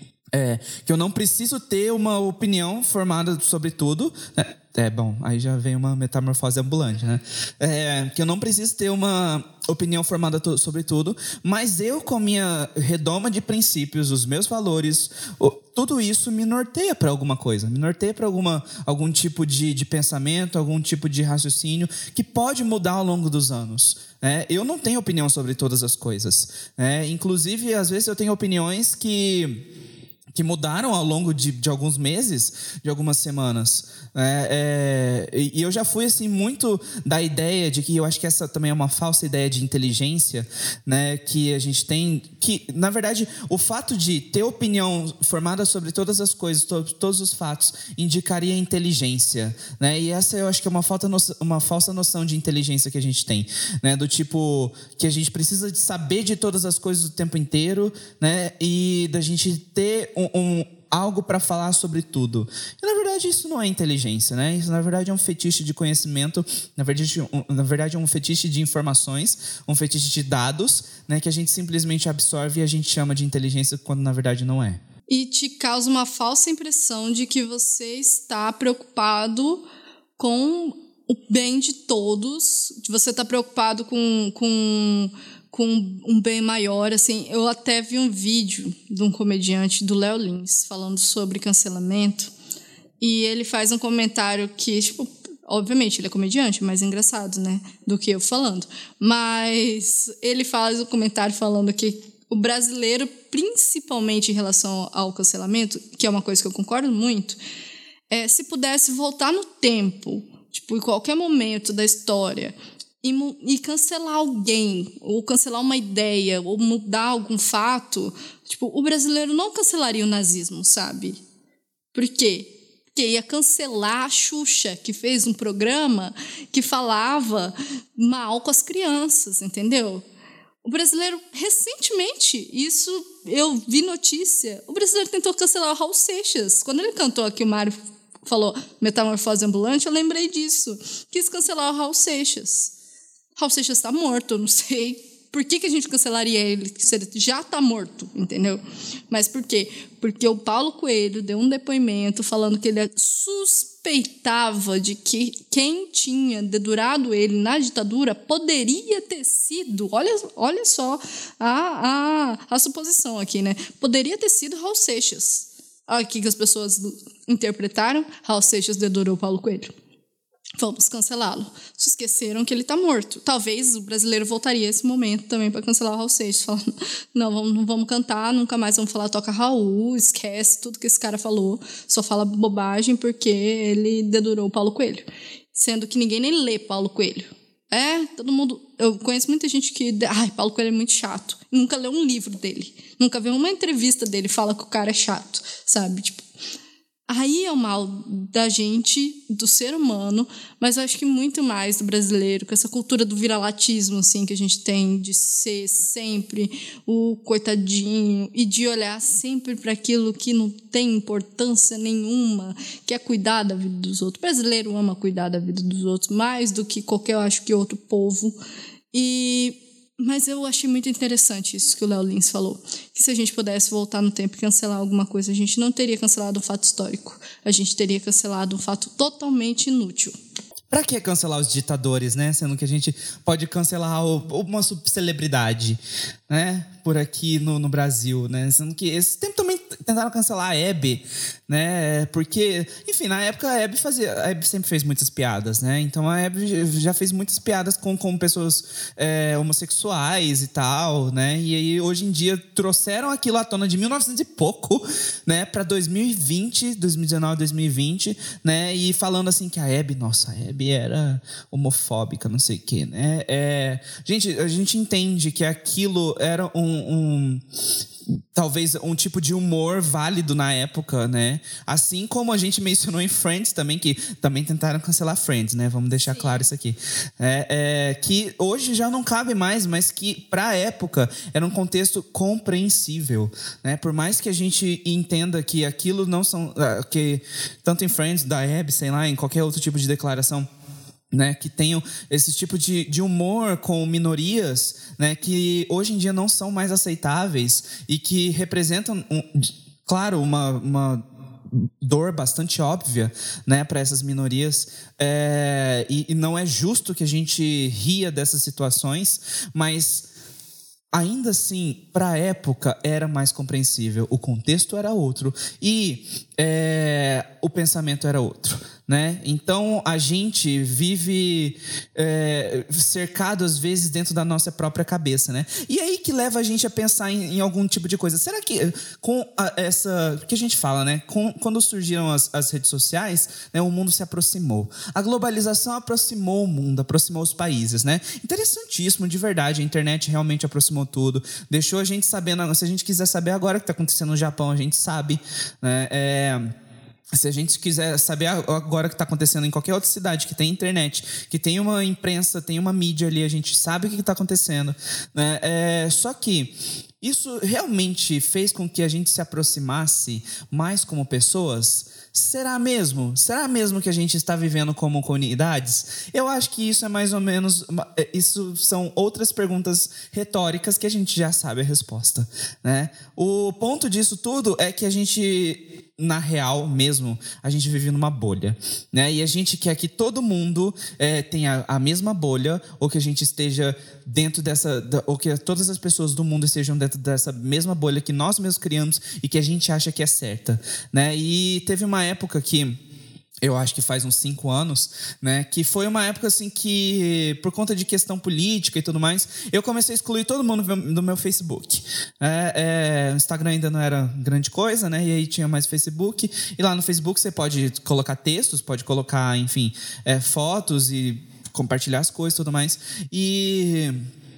É, que eu não preciso ter uma opinião formada sobre tudo. É, é bom, aí já vem uma metamorfose ambulante, né? É, que eu não preciso ter uma opinião formada to- sobre tudo, mas eu, com a minha redoma de princípios, os meus valores, o, tudo isso me norteia para alguma coisa, me norteia para alguma, algum tipo de, de pensamento, algum tipo de raciocínio que pode mudar ao longo dos anos. É, eu não tenho opinião sobre todas as coisas. É, inclusive, às vezes eu tenho opiniões que... que mudaram ao longo de, de alguns meses, de algumas semanas. É, é, e eu já fui assim muito da ideia de que eu acho que essa também é uma falsa ideia de inteligência, né, que a gente tem, que na verdade o fato de ter opinião formada sobre todas as coisas, to, todos os fatos, indicaria inteligência, né? E essa eu acho que é uma, falta no, uma falsa noção de inteligência que a gente tem, né? Do tipo que a gente precisa de saber de todas as coisas o tempo inteiro, né? E da gente ter um, um algo para falar sobre tudo. E, na verdade, isso não é inteligência, né? Isso, na verdade, é um fetiche de conhecimento, na verdade, um, na verdade, é um fetiche de informações, um fetiche de dados, né? Que a gente simplesmente absorve e a gente chama de inteligência quando, na verdade, não é. E te causa uma falsa impressão de que você está preocupado com o bem de todos, que você está preocupado com... com com um bem maior, assim. Eu até vi um vídeo de um comediante, do Léo Lins, falando sobre cancelamento, e ele faz um comentário que, tipo, obviamente, ele é comediante, mais engraçado, né, do que eu falando, mas ele faz um comentário falando que o brasileiro, principalmente em relação ao cancelamento, que é uma coisa que eu concordo muito, é, se pudesse voltar no tempo, tipo, em qualquer momento da história, e cancelar alguém, ou cancelar uma ideia, ou mudar algum fato, tipo, o brasileiro não cancelaria o nazismo, sabe? Por quê? Porque ia cancelar a Xuxa, que fez um programa que falava mal com as crianças, entendeu? O brasileiro, recentemente, isso eu vi notícia, o brasileiro tentou cancelar o Raul Seixas. Quando ele cantou aqui, o Mário falou Metamorfose Ambulante, eu lembrei disso. Quis cancelar o Raul Seixas. Raul Seixas está morto, eu não sei por que, que a gente cancelaria ele, se ele já está morto, entendeu? Mas por quê? Porque o Paulo Coelho deu um depoimento falando que ele suspeitava de que quem tinha dedurado ele na ditadura poderia ter sido, olha, olha só a, a, a suposição aqui, né? Poderia ter sido Raul Seixas. Olha o que as pessoas interpretaram: Raul Seixas dedurou o Paulo Coelho. Vamos cancelá-lo. Se esqueceram que ele está morto. Talvez o brasileiro voltaria a esse momento também para cancelar o Raul Seixas, falando, não, vamos, não vamos cantar, nunca mais vamos falar Toca Raul, esquece tudo que esse cara falou, só fala bobagem porque ele dedurou o Paulo Coelho. Sendo que ninguém nem lê Paulo Coelho. É, todo mundo... Eu conheço muita gente que... Ai, Paulo Coelho é muito chato. Nunca leu um livro dele. Nunca viu uma entrevista dele e fala que o cara é chato, sabe? Tipo, aí é o mal da gente, do ser humano, mas eu acho que muito mais do brasileiro, com essa cultura do viralatismo, assim, que a gente tem de ser sempre o coitadinho e de olhar sempre para aquilo que não tem importância nenhuma, que é cuidar da vida dos outros. O brasileiro ama cuidar da vida dos outros mais do que qualquer, eu acho, que outro povo. E... Mas eu achei muito interessante isso que o Léo Lins falou, que se a gente pudesse voltar no tempo e cancelar alguma coisa, a gente não teria cancelado um fato histórico, a gente teria cancelado um fato totalmente inútil. Pra que cancelar os ditadores, né? Sendo que a gente pode cancelar uma subcelebridade, né? Por aqui no, no Brasil, né? Sendo que esse tempo também tentaram cancelar a Hebe, né? Porque, enfim, na época a Hebe fazia, a Hebe sempre fez muitas piadas, né? Então a Hebe já fez muitas piadas com, com pessoas é, homossexuais e tal, né? E aí hoje em dia trouxeram aquilo à tona de mil e novecentos e pouco, né? Pra dois mil e vinte, dois mil e dezenove, dois mil e vinte, né? E falando assim que a Hebe, nossa, a Hebe era homofóbica, não sei o quê, né? É, gente, a gente entende que aquilo era um, um talvez um tipo de humor válido na época, né? Assim como a gente mencionou em Friends também, que também tentaram cancelar Friends, né? Vamos deixar Sim. claro isso aqui. É, é, que hoje já não cabe mais, mas que pra época era um contexto compreensível, né? Por mais que a gente entenda que aquilo não são... que tanto em Friends, da Hebe, sei lá, em qualquer outro tipo de declaração, né, que tenham esse tipo de, de humor com minorias, né, que hoje em dia não são mais aceitáveis e que representam, um, claro, uma, uma dor bastante óbvia, né, para essas minorias, é, e, e não é justo que a gente ria dessas situações, mas ainda assim, para a época, era mais compreensível. O contexto era outro e é, o pensamento era outro, né? Então a gente vive é, cercado às vezes dentro da nossa própria cabeça, né? E aí que leva a gente a pensar em, em algum tipo de coisa. Será que com a, essa que a gente fala, né? Com, quando surgiram as, as redes sociais, né? O mundo se aproximou. A globalização aproximou o mundo, aproximou os países, né? Interessantíssimo, de verdade. A internet realmente aproximou tudo. Deixou a gente sabendo. Se a gente quiser saber agora o que está acontecendo no Japão, a gente sabe, né? É... Se a gente quiser saber agora o que está acontecendo em qualquer outra cidade que tem internet, que tem uma imprensa, tem uma mídia ali, a gente sabe o que está acontecendo, né? É, só que isso realmente fez com que a gente se aproximasse mais como pessoas? Será mesmo? Será mesmo que a gente está vivendo como comunidades? Eu acho que isso é mais ou menos... Isso são outras perguntas retóricas que a gente já sabe a resposta, né? O ponto disso tudo é que a gente... Na real mesmo, a gente vive numa bolha, né? E a gente quer que todo mundo é, tenha a mesma bolha, ou que a gente esteja dentro dessa... Ou que todas as pessoas do mundo estejam dentro dessa mesma bolha que nós mesmos criamos e que a gente acha que é certa, né? E teve uma época que... Eu acho que faz uns cinco anos, né? Que foi uma época assim que, por conta de questão política e tudo mais, eu comecei a excluir todo mundo do meu Facebook. É, é, o Instagram ainda não era grande coisa, né? E aí tinha mais Facebook. E lá no Facebook você pode colocar textos, pode colocar, enfim, é, fotos e compartilhar as coisas e tudo mais. E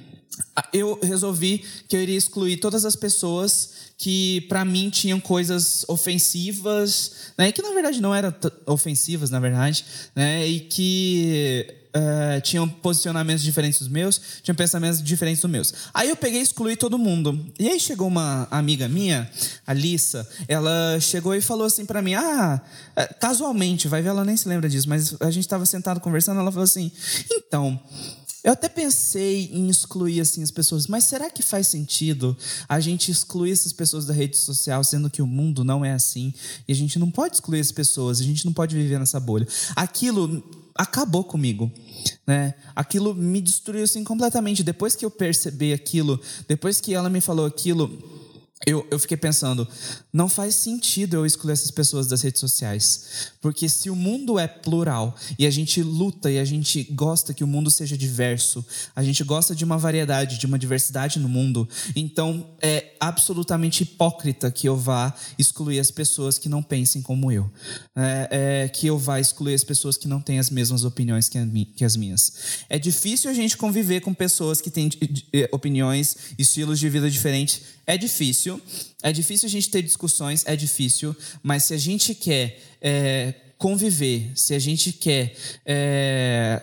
eu resolvi que eu iria excluir todas as pessoas que para mim tinham coisas ofensivas, né? E que na verdade não eram t- ofensivas, na verdade, né? E que uh, tinham posicionamentos diferentes dos meus, tinham pensamentos diferentes dos meus. Aí eu peguei e excluí todo mundo. E aí chegou uma amiga minha, a Lissa, ela chegou e falou assim para mim, ah, casualmente, vai ver, ela nem se lembra disso, mas a gente estava sentado conversando, ela falou assim, então... Eu até pensei em excluir assim, as pessoas, mas será que faz sentido a gente excluir essas pessoas da rede social, sendo que o mundo não é assim? E a gente não pode excluir as pessoas, a gente não pode viver nessa bolha. Aquilo acabou comigo, né? Aquilo me destruiu assim, completamente. Depois que eu percebi aquilo, depois que ela me falou aquilo... Eu, eu fiquei pensando, não faz sentido eu excluir essas pessoas das redes sociais. Porque se o mundo é plural e a gente luta e a gente gosta que o mundo seja diverso, a gente gosta de uma variedade, de uma diversidade no mundo, então é absolutamente hipócrita que eu vá excluir as pessoas que não pensem como eu. É, é, que eu vá excluir as pessoas que não têm as mesmas opiniões que, a, que as minhas. É difícil a gente conviver com pessoas que têm opiniões, estilos de vida diferentes. É difícil, é difícil a gente ter discussões, é difícil, mas se a gente quer é, conviver, se a gente quer é,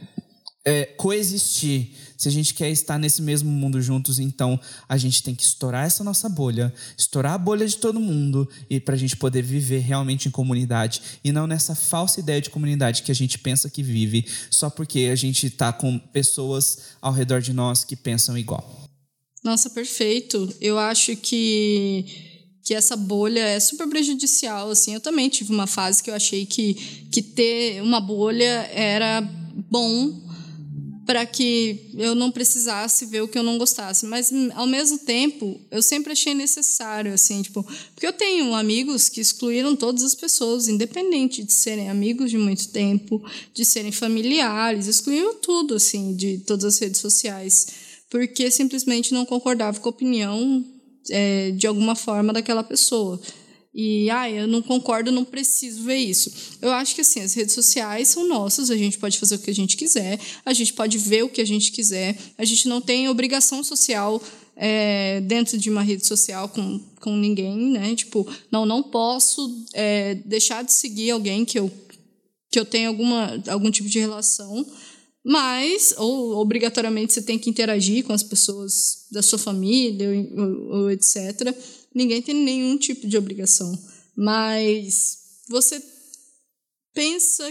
é, coexistir, se a gente quer estar nesse mesmo mundo juntos, então a gente tem que estourar essa nossa bolha, estourar a bolha de todo mundo, e para a gente poder viver realmente em comunidade, e não nessa falsa ideia de comunidade que a gente pensa que vive, só porque a gente está com pessoas ao redor de nós que pensam igual. Nossa, perfeito. Eu acho que, que essa bolha é super prejudicial, assim. Eu também tive uma fase que eu achei que, que ter uma bolha era bom para que eu não precisasse ver o que eu não gostasse. Mas, ao mesmo tempo, eu sempre achei necessário, assim, tipo... Porque eu tenho amigos que excluíram todas as pessoas, independente de serem amigos de muito tempo, de serem familiares, excluíram tudo, assim, de todas as redes sociais, porque simplesmente não concordava com a opinião é, de alguma forma daquela pessoa. E, ah, eu não concordo, não preciso ver isso. Eu acho que, assim, as redes sociais são nossas, a gente pode fazer o que a gente quiser, a gente pode ver o que a gente quiser, a gente não tem obrigação social é, dentro de uma rede social com, com ninguém, né? Tipo, não, não posso é, deixar de seguir alguém que eu, que eu tenha alguma, algum tipo de relação, mas, ou obrigatoriamente você tem que interagir com as pessoas da sua família, ou, ou etcétera. Ninguém tem nenhum tipo de obrigação. Mas você pensa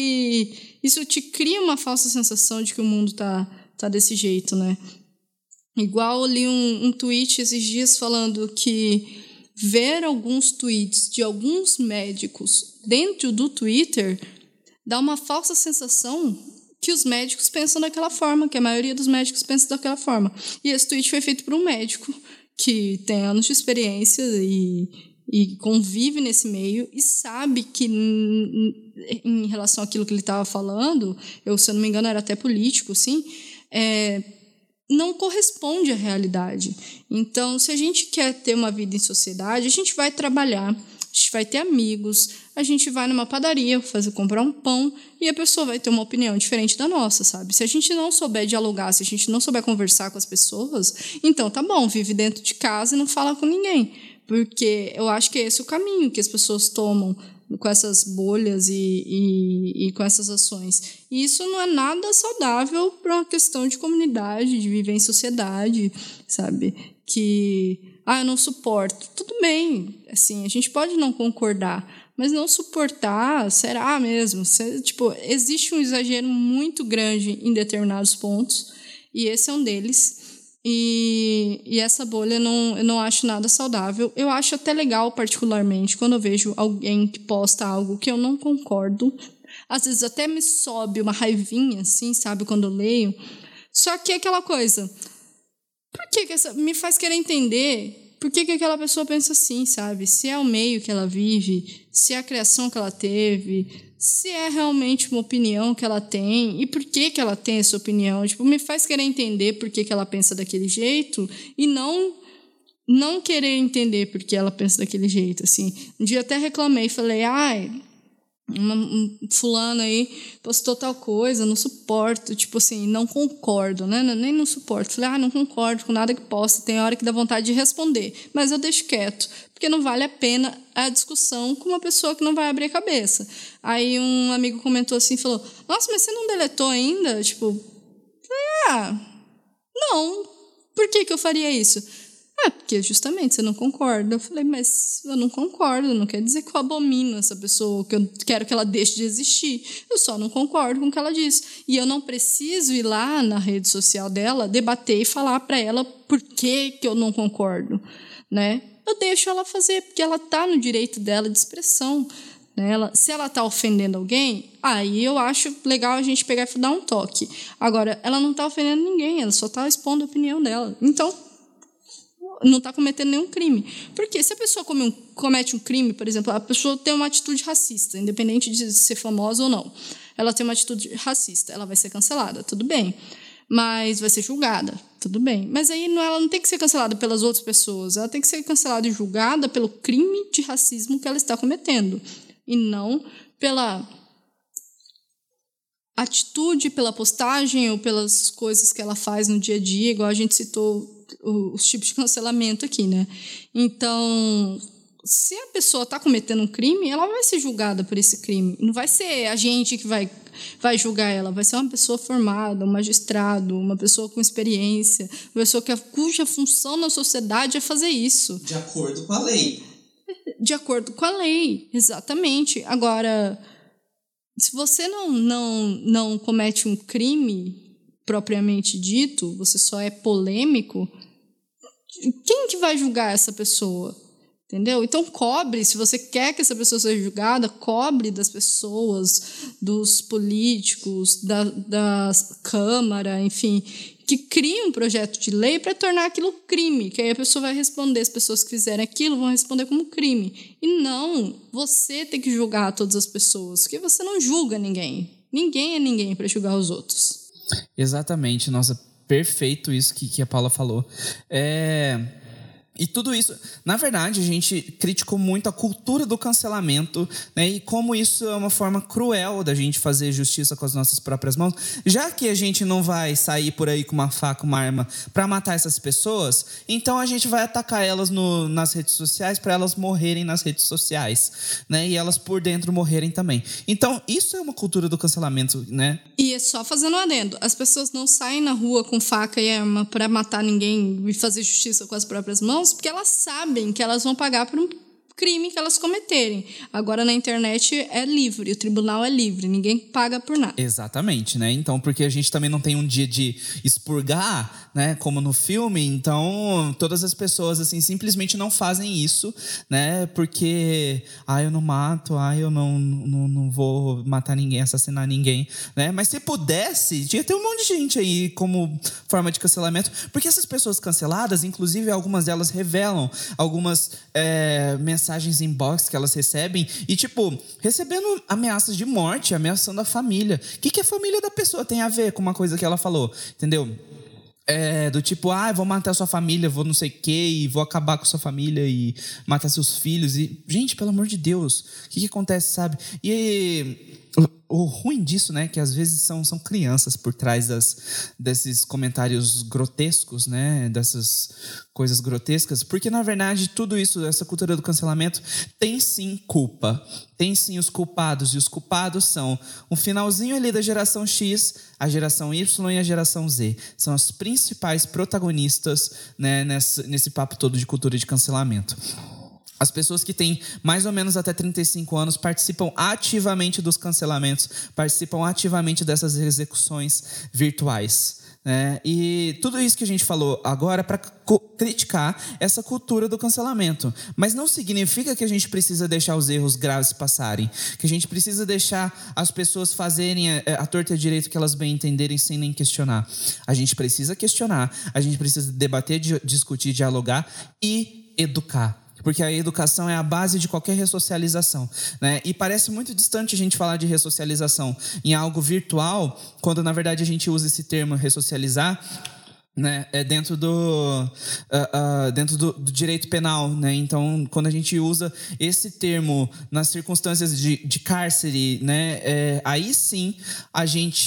que isso te cria uma falsa sensação de que o mundo tá, tá desse jeito, né? Igual eu li um, um tweet esses dias falando que ver alguns tweets de alguns médicos dentro do Twitter dá uma falsa sensação que os médicos pensam daquela forma, que a maioria dos médicos pensa daquela forma. E esse tweet foi feito por um médico que tem anos de experiência e, e convive nesse meio e sabe que, em relação àquilo que ele estava falando, eu, se eu não me engano, era até político, sim, é, não corresponde à realidade. Então, se a gente quer ter uma vida em sociedade, a gente vai trabalhar, a gente vai ter amigos, a gente vai numa padaria fazer, comprar um pão e a pessoa vai ter uma opinião diferente da nossa, sabe? Se a gente não souber dialogar, se a gente não souber conversar com as pessoas, então tá bom, vive dentro de casa e não fala com ninguém. Porque eu acho que é esse o caminho que as pessoas tomam com essas bolhas e, e, e com essas ações. E isso não é nada saudável para uma questão de comunidade, de viver em sociedade, sabe? Que, ah, eu não suporto. Tudo bem, assim, a gente pode não concordar, mas não suportar, será mesmo? Tipo, existe um exagero muito grande em determinados pontos, e esse é um deles. E, e essa bolha eu não, eu não acho nada saudável. Eu acho até legal, particularmente, quando eu vejo alguém que posta algo que eu não concordo. Às vezes até me sobe uma raivinha, assim, sabe, quando eu leio. Só que é aquela coisa... Por que que essa... Me faz querer entender por que que aquela pessoa pensa assim, sabe? Se é o meio que ela vive, se é a criação que ela teve... se é realmente uma opinião que ela tem e por que que ela tem essa opinião. Tipo, me faz querer entender por que que ela pensa daquele jeito e não, não querer entender por que ela pensa daquele jeito. Assim. Um dia até reclamei, falei, ai, uma, um fulano aí postou tal coisa, não suporto, tipo assim, não concordo, né? Nem não suporto. Falei, ah, não concordo com nada que posta, tem hora que dá vontade de responder, mas eu deixo quieto, porque não vale a pena a discussão com uma pessoa que não vai abrir a cabeça. Aí um amigo comentou assim, falou, nossa, mas você não deletou ainda? Tipo, ah, não, por que que eu faria isso? Ah, porque justamente você não concorda. Eu falei, mas eu não concordo, não quer dizer que eu abomino essa pessoa, que eu quero que ela deixe de existir. Eu só não concordo com o que ela disse. E eu não preciso ir lá na rede social dela, debater e falar para ela por que que eu não concordo, né? Eu deixo ela fazer, porque ela está no direito dela de expressão. Né? Ela, se ela está ofendendo alguém, aí eu acho legal a gente pegar e dar um toque. Agora, ela não está ofendendo ninguém, ela só está expondo a opinião dela. Então, não está cometendo nenhum crime. Porque se a pessoa come um, comete um crime, por exemplo, a pessoa tem uma atitude racista, independente de ser famosa ou não, ela tem uma atitude racista, ela vai ser cancelada, tudo bem. Mas vai ser julgada, tudo bem. Mas aí não, ela não tem que ser cancelada pelas outras pessoas, ela tem que ser cancelada e julgada pelo crime de racismo que ela está cometendo. E não pela atitude, pela postagem ou pelas coisas que ela faz no dia a dia, igual a gente citou os tipos de cancelamento aqui, né? Então, se a pessoa está cometendo um crime, ela vai ser julgada por esse crime. Não vai ser a gente que vai, vai julgar ela, vai ser uma pessoa formada, um magistrado, uma pessoa com experiência, uma pessoa que, cuja função na sociedade é fazer isso. De acordo com a lei. De acordo com a lei, exatamente. Agora, se você não, não, não comete um crime propriamente dito, você só é polêmico, quem que vai julgar essa pessoa? Entendeu? Então cobre, se você quer que essa pessoa seja julgada, cobre das pessoas, dos políticos, da, da Câmara, enfim, que crie um projeto de lei para tornar aquilo crime, que aí a pessoa vai responder, as pessoas que fizerem aquilo vão responder como crime. E não, você tem que julgar todas as pessoas, porque você não julga ninguém. Ninguém é ninguém para julgar os outros. Exatamente, nossa, perfeito isso que, que a Paula falou. É... E tudo isso, na verdade, a gente criticou muito a cultura do cancelamento, né? E como isso é uma forma cruel da gente fazer justiça com as nossas próprias mãos. Já que a gente não vai sair por aí com uma faca, uma arma para matar essas pessoas, então a gente vai atacar elas no, nas redes sociais para elas morrerem nas redes sociais, né? E elas por dentro morrerem também. Então, isso é uma cultura do cancelamento, né? E é só fazendo um adendo. As pessoas não saem na rua com faca e arma para matar ninguém e fazer justiça com as próprias mãos, porque elas sabem que elas vão pagar por um crime que elas cometerem. Agora, na internet é livre, o tribunal é livre, ninguém paga por nada. Exatamente, né? Então, porque a gente também não tem um dia de expurgar, né? Como no filme, então todas as pessoas, assim, simplesmente não fazem isso, né? Porque, ah, eu não mato, ah, eu não, não, não vou matar ninguém, assassinar ninguém, né? Mas se pudesse, tinha ter um monte de gente aí como forma de cancelamento, porque essas pessoas canceladas, inclusive algumas delas revelam algumas é, mensagens mensagens inbox que elas recebem e, tipo, recebendo ameaças de morte, ameaçando a família. O que, que a família da pessoa tem a ver com uma coisa que ela falou? Entendeu? É, do tipo, ah, vou matar sua família, vou não sei o quê, e vou acabar com sua família e matar seus filhos. E, gente, pelo amor de Deus, o que, que acontece, sabe? E o, o ruim disso, né, que às vezes são, são crianças por trás das, desses comentários grotescos, né, dessas coisas grotescas, porque, na verdade, tudo isso, essa cultura do cancelamento, tem sim culpa. Tem sim os culpados, e os culpados são um finalzinho ali da geração X, a geração Y e a geração Z. São as principais protagonistas, né, nesse, nesse papo todo de cultura de cancelamento. As pessoas que têm mais ou menos até trinta e cinco anos participam ativamente dos cancelamentos, participam ativamente dessas execuções virtuais. Né? E tudo isso que a gente falou agora é para criticar essa cultura do cancelamento. Mas não significa que a gente precisa deixar os erros graves passarem, que a gente precisa deixar as pessoas fazerem a, a torta e a direito que elas bem entenderem sem nem questionar. A gente precisa questionar, a gente precisa debater, discutir, dialogar e educar. Porque a educação é a base de qualquer ressocialização, né? E parece muito distante a gente falar de ressocialização em algo virtual, quando na verdade a gente usa esse termo ressocializar, né, é dentro do uh, uh, dentro do, do direito penal, né? Então, quando a gente usa esse termo nas circunstâncias de, de cárcere, né, é, aí sim a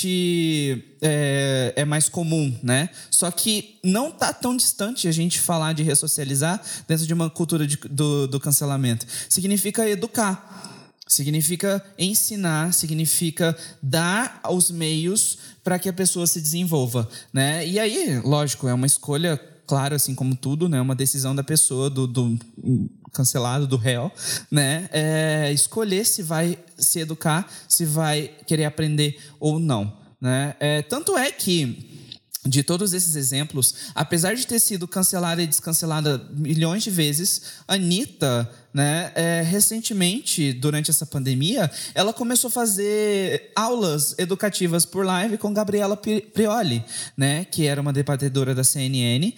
gente é, é mais comum, né? Só que não está tão distante a gente falar de ressocializar dentro de uma cultura de, do, do cancelamento. Significa educar. Significa ensinar, significa dar os meios para que a pessoa se desenvolva, né? E aí, lógico, é uma escolha, claro, assim como tudo, né? Uma decisão da pessoa, do, do cancelado, do réu, né? É escolher se vai se educar, se vai querer aprender ou não, né? É, tanto é que, de todos esses exemplos, apesar de ter sido cancelada e descancelada milhões de vezes, a Anitta, né, é, recentemente, durante essa pandemia, ela começou a fazer aulas educativas por live com Gabriela Prioli, né, que era uma debatedora da C N N,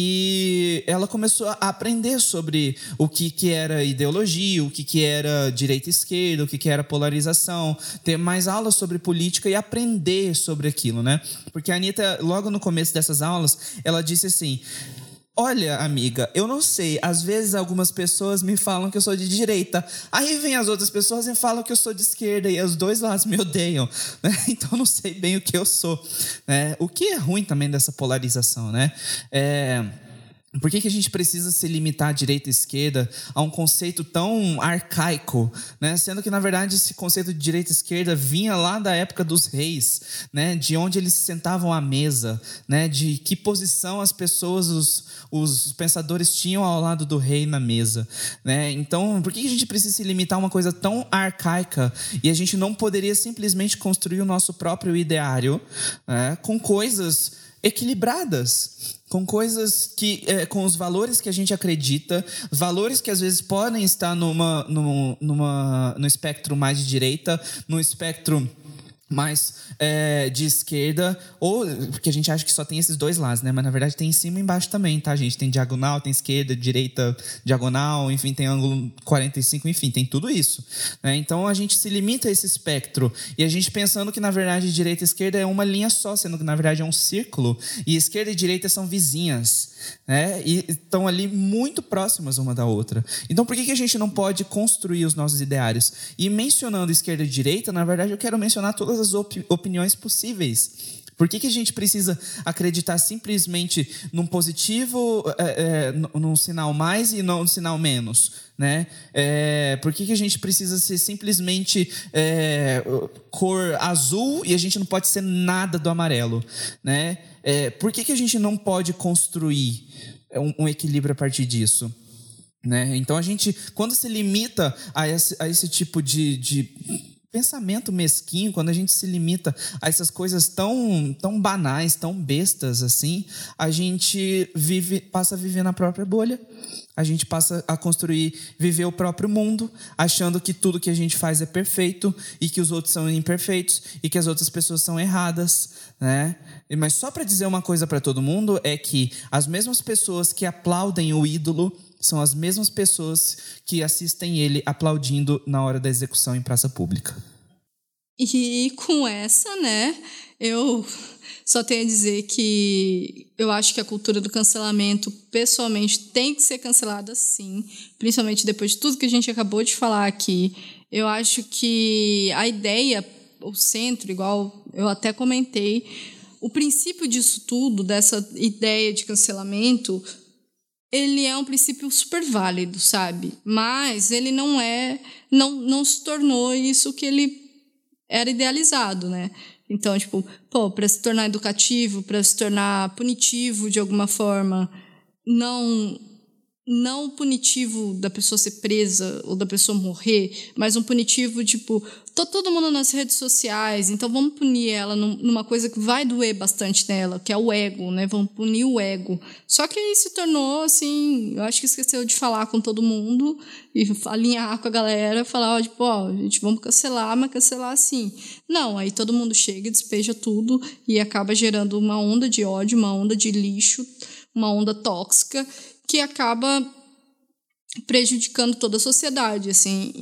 e ela começou a aprender sobre o que, que era ideologia, o que, que era direita e esquerda, o que, que era polarização, ter mais aulas sobre política e aprender sobre aquilo, né? Porque a Anitta, logo no começo dessas aulas, ela disse assim: olha, amiga, eu não sei, às vezes algumas pessoas me falam que eu sou de direita, aí vem as outras pessoas e falam que eu sou de esquerda, e os dois lados me odeiam, né? Então eu não sei bem o que eu sou, né? O que é ruim também dessa polarização, né? É... Por que, que a gente precisa se limitar à direita e esquerda a um conceito tão arcaico, né? Sendo que, na verdade, esse conceito de direita e esquerda vinha lá da época dos reis, né? De onde eles se sentavam à mesa, né? De que posição as pessoas, os, os pensadores tinham ao lado do rei na mesa, né? Então, por que, que a gente precisa se limitar a uma coisa tão arcaica e a gente não poderia simplesmente construir o nosso próprio ideário, né? Com coisas equilibradas, com coisas que, é, com os valores que a gente acredita, valores que às vezes podem estar numa, numa, numa, no espectro mais de direita, no espectro mais é, de esquerda, ou porque a gente acha que só tem esses dois lados, né? Mas na verdade tem em cima e embaixo também, tá, gente? Tem diagonal, tem esquerda, direita, diagonal, enfim, tem ângulo quarenta e cinco, enfim, tem tudo isso, né? Então a gente se limita a esse espectro e a gente pensando que na verdade direita e esquerda é uma linha só, sendo que na verdade é um círculo, e esquerda e direita são vizinhas, né? E estão ali muito próximas uma da outra. Então por que, que a gente não pode construir os nossos ideários? E mencionando esquerda e direita, na verdade eu quero mencionar todas as op- opiniões possíveis. Por que, que a gente precisa acreditar simplesmente num positivo, é, é, num sinal mais e não num sinal menos, né? É, por que, que a gente precisa ser simplesmente é, cor azul e a gente não pode ser nada do amarelo, né? É, por que, que a gente não pode construir um, um equilíbrio a partir disso? Né? Então a gente, quando se limita a esse, a esse tipo de, de pensamento mesquinho, quando a gente se limita a essas coisas tão, tão banais, tão bestas assim, a gente vive, passa a viver na própria bolha. A gente passa a construir, viver o próprio mundo, achando que tudo que a gente faz é perfeito e que os outros são imperfeitos e que as outras pessoas são erradas, né? Mas só para dizer uma coisa para todo mundo é que as mesmas pessoas que aplaudem o ídolo são as mesmas pessoas que assistem ele aplaudindo na hora da execução em praça pública. E com essa, né, eu só tenho a dizer que eu acho que a cultura do cancelamento, pessoalmente, tem que ser cancelada sim, principalmente depois de tudo que a gente acabou de falar aqui. Eu acho que a ideia, o centro, igual eu até comentei, o princípio disso tudo, dessa ideia de cancelamento, ele é um princípio super válido, sabe? Mas ele não é, não, não se tornou isso que ele era idealizado, né? Então, tipo, pô, para se tornar educativo, para se tornar punitivo de alguma forma, não não punitivo da pessoa ser presa ou da pessoa morrer, mas um punitivo, tipo, tô todo mundo nas redes sociais, então vamos punir ela numa coisa que vai doer bastante nela, que é o ego, né? Vamos punir o ego. Só que aí se tornou, assim, eu acho que esqueceu de falar com todo mundo e alinhar com a galera, falar, ó, tipo, ó, gente, vamos cancelar, mas cancelar assim. Não, aí todo mundo chega, despeja tudo e acaba gerando uma onda de ódio, uma onda de lixo, uma onda tóxica, que acaba prejudicando toda a sociedade, assim,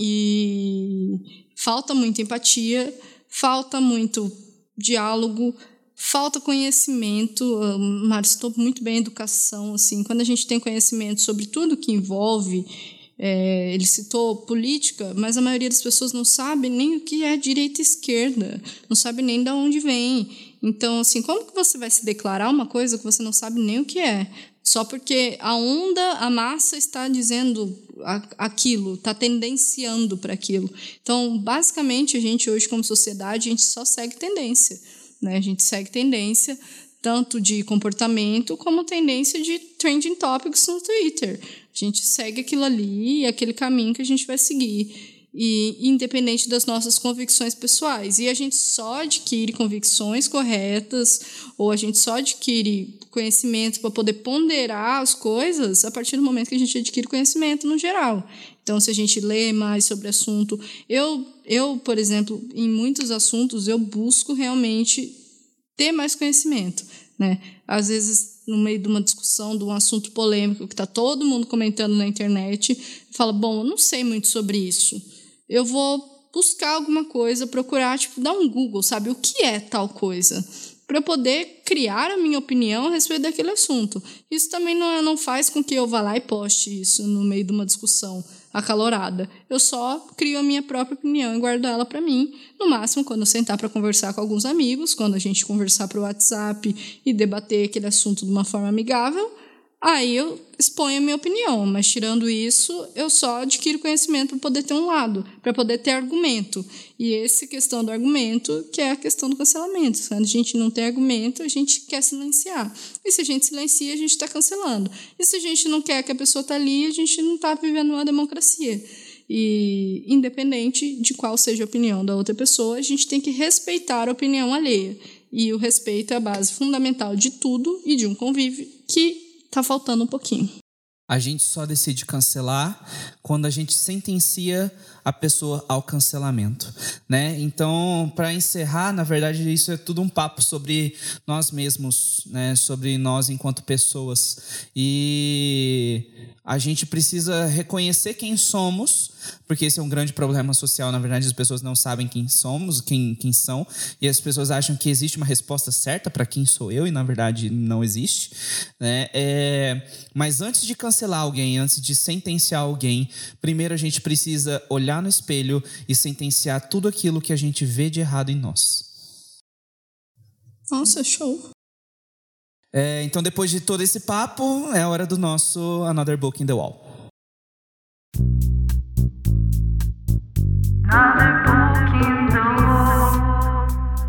e falta muita empatia, falta muito diálogo, falta conhecimento. O Mário citou muito bem a educação, assim, quando a gente tem conhecimento sobre tudo que envolve, é, ele citou política, mas a maioria das pessoas não sabe nem o que é direita e esquerda, não sabe nem de onde vem. Então, assim, como que você vai se declarar uma coisa que você não sabe nem o que é? Só porque a onda, a massa está dizendo aquilo, está tendenciando para aquilo. Então, basicamente, a gente hoje, como sociedade, a gente só segue tendência, né? A gente segue tendência tanto de comportamento como tendência de trending topics no Twitter. A gente segue aquilo ali, aquele caminho que a gente vai seguir. E independente das nossas convicções pessoais. E a gente só adquire convicções corretas ou a gente só adquire conhecimento para poder ponderar as coisas a partir do momento que a gente adquire conhecimento no geral. Então, se a gente lê mais sobre o assunto... Eu, eu, por exemplo, em muitos assuntos, eu busco realmente ter mais conhecimento, né? Às vezes, no meio de uma discussão, de um assunto polêmico que está todo mundo comentando na internet, fala, bom, eu não sei muito sobre isso. Eu vou buscar alguma coisa, procurar, tipo, dar um Google, sabe? O que é tal coisa? Para eu poder criar a minha opinião a respeito daquele assunto. Isso também não, não faz com que eu vá lá e poste isso no meio de uma discussão acalorada. Eu só crio a minha própria opinião e guardo ela para mim. No máximo, quando eu sentar para conversar com alguns amigos, quando a gente conversar para o WhatsApp e debater aquele assunto de uma forma amigável, aí eu exponho a minha opinião, mas tirando isso, eu só adquiro conhecimento para poder ter um lado, para poder ter argumento. E essa questão do argumento, que é a questão do cancelamento. Quando a gente não tem argumento, a gente quer silenciar. E se a gente silencia, a gente está cancelando. E se a gente não quer que a pessoa está ali, a gente não está vivendo uma democracia. E independente de qual seja a opinião da outra pessoa, a gente tem que respeitar a opinião alheia. E o respeito é a base fundamental de tudo e de um convívio que tá faltando um pouquinho. A gente só decide cancelar quando a gente sentencia a pessoa ao cancelamento, né? Então, para encerrar, na verdade, isso é tudo um papo sobre nós mesmos, né? Sobre nós enquanto pessoas. E a gente precisa reconhecer quem somos, porque esse é um grande problema social. Na verdade, as pessoas não sabem quem somos, quem, quem são, e as pessoas acham que existe uma resposta certa para quem sou eu, e na verdade não existe, né? É, mas antes de cancelar alguém, antes de sentenciar alguém, primeiro a gente precisa olhar no espelho e sentenciar tudo aquilo que a gente vê de errado em nós. Nossa, show! É, então, depois de todo esse papo, é hora do nosso Another Book in the Wall. Another book in the wall.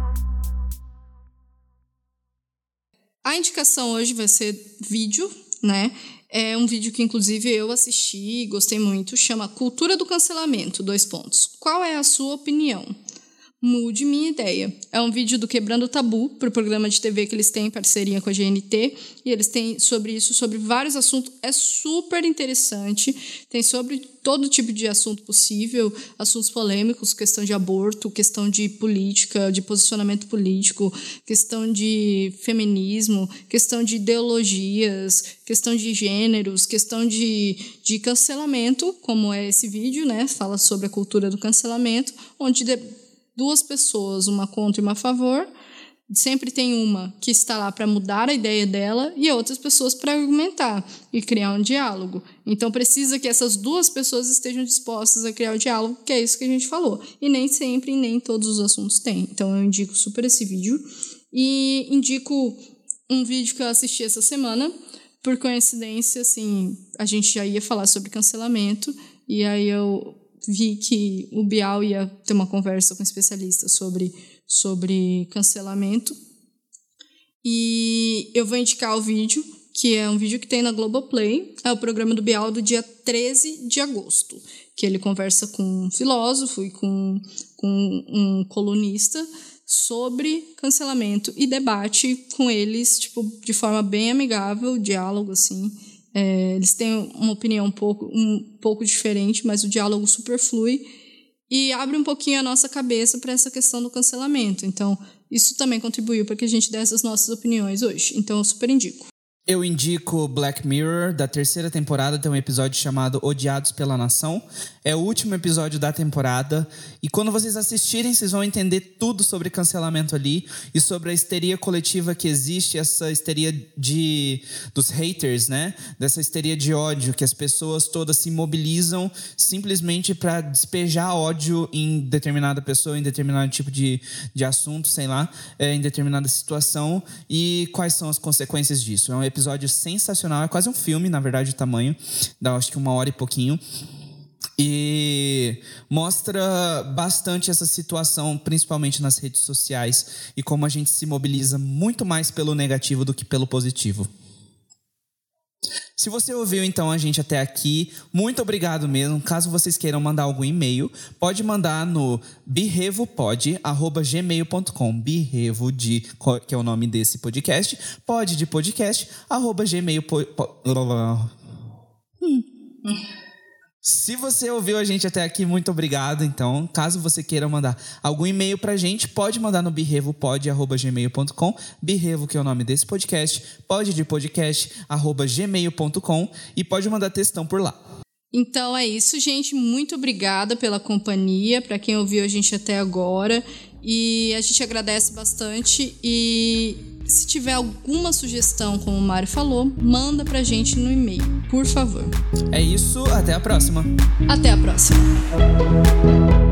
A indicação hoje vai ser vídeo, né? É um vídeo que, inclusive, eu assisti e gostei muito. Chama Cultura do Cancelamento, dois pontos. Qual é a sua opinião? Mude Minha Ideia. É um vídeo do Quebrando o Tabu, para o programa de T V que eles têm em parceria com a G N T, e eles têm sobre isso, sobre vários assuntos. É super interessante, tem sobre todo tipo de assunto possível, assuntos polêmicos, questão de aborto, questão de política, de posicionamento político, questão de feminismo, questão de ideologias, questão de gêneros, questão de, de cancelamento, como é esse vídeo, né? Fala sobre a cultura do cancelamento, onde de, duas pessoas, uma contra e uma a favor, sempre tem uma que está lá para mudar a ideia dela e outras pessoas para argumentar e criar um diálogo. Então precisa que essas duas pessoas estejam dispostas a criar o diálogo, que é isso que a gente falou. E nem sempre, nem todos os assuntos têm. Então eu indico super esse vídeo. E indico um vídeo que eu assisti essa semana. Por coincidência, assim, a gente já ia falar sobre cancelamento. E aí eu vi que o Bial ia ter uma conversa com um especialista sobre, sobre cancelamento. E eu vou indicar o vídeo, que é um vídeo que tem na Globoplay. É o programa do Bial do dia treze de agosto, que ele conversa com um filósofo e com, com um colunista sobre cancelamento e debate com eles, tipo, de forma bem amigável, diálogo, assim. É, eles têm uma opinião um pouco, um pouco diferente, mas o diálogo super flui e abre um pouquinho a nossa cabeça para essa questão do cancelamento. Então, isso também contribuiu para que a gente desse as nossas opiniões hoje. Então, eu super indico. Eu indico Black Mirror, da terceira temporada, tem um episódio chamado Odiados pela Nação. É o último episódio da temporada. E quando vocês assistirem, vocês vão entender tudo sobre cancelamento ali e sobre a histeria coletiva que existe, essa histeria de, dos haters, né? Dessa histeria de ódio, que as pessoas todas se mobilizam simplesmente para despejar ódio em determinada pessoa, em determinado tipo de, de assunto, sei lá, é, em determinada situação. E quais são as consequências disso? É um episódio sensacional, é quase um filme, na verdade, o tamanho, dá acho que uma hora e pouquinho, e mostra bastante essa situação, principalmente nas redes sociais, e como a gente se mobiliza muito mais pelo negativo do que pelo positivo. Se você ouviu, então, a gente até aqui, muito obrigado mesmo. Caso vocês queiram mandar algum e-mail, pode mandar no birrevopod arroba gmail ponto com. Birrevo, de, que é o nome desse podcast, pod de podcast, arroba gmail... Po, po, hum. Se você ouviu a gente até aqui, muito obrigado. Então, caso você queira mandar algum e-mail pra gente, pode mandar no birrevopod arroba gmail ponto com. Birrevo, que é o nome desse podcast, pod de podcast arroba gmail ponto com, e pode mandar textão por lá. Então é isso, gente. Muito obrigada pela companhia, para quem ouviu a gente até agora. E a gente agradece bastante. E se tiver alguma sugestão, como o Mário falou, manda pra gente no e-mail, por favor. É isso, até a próxima. Até a próxima.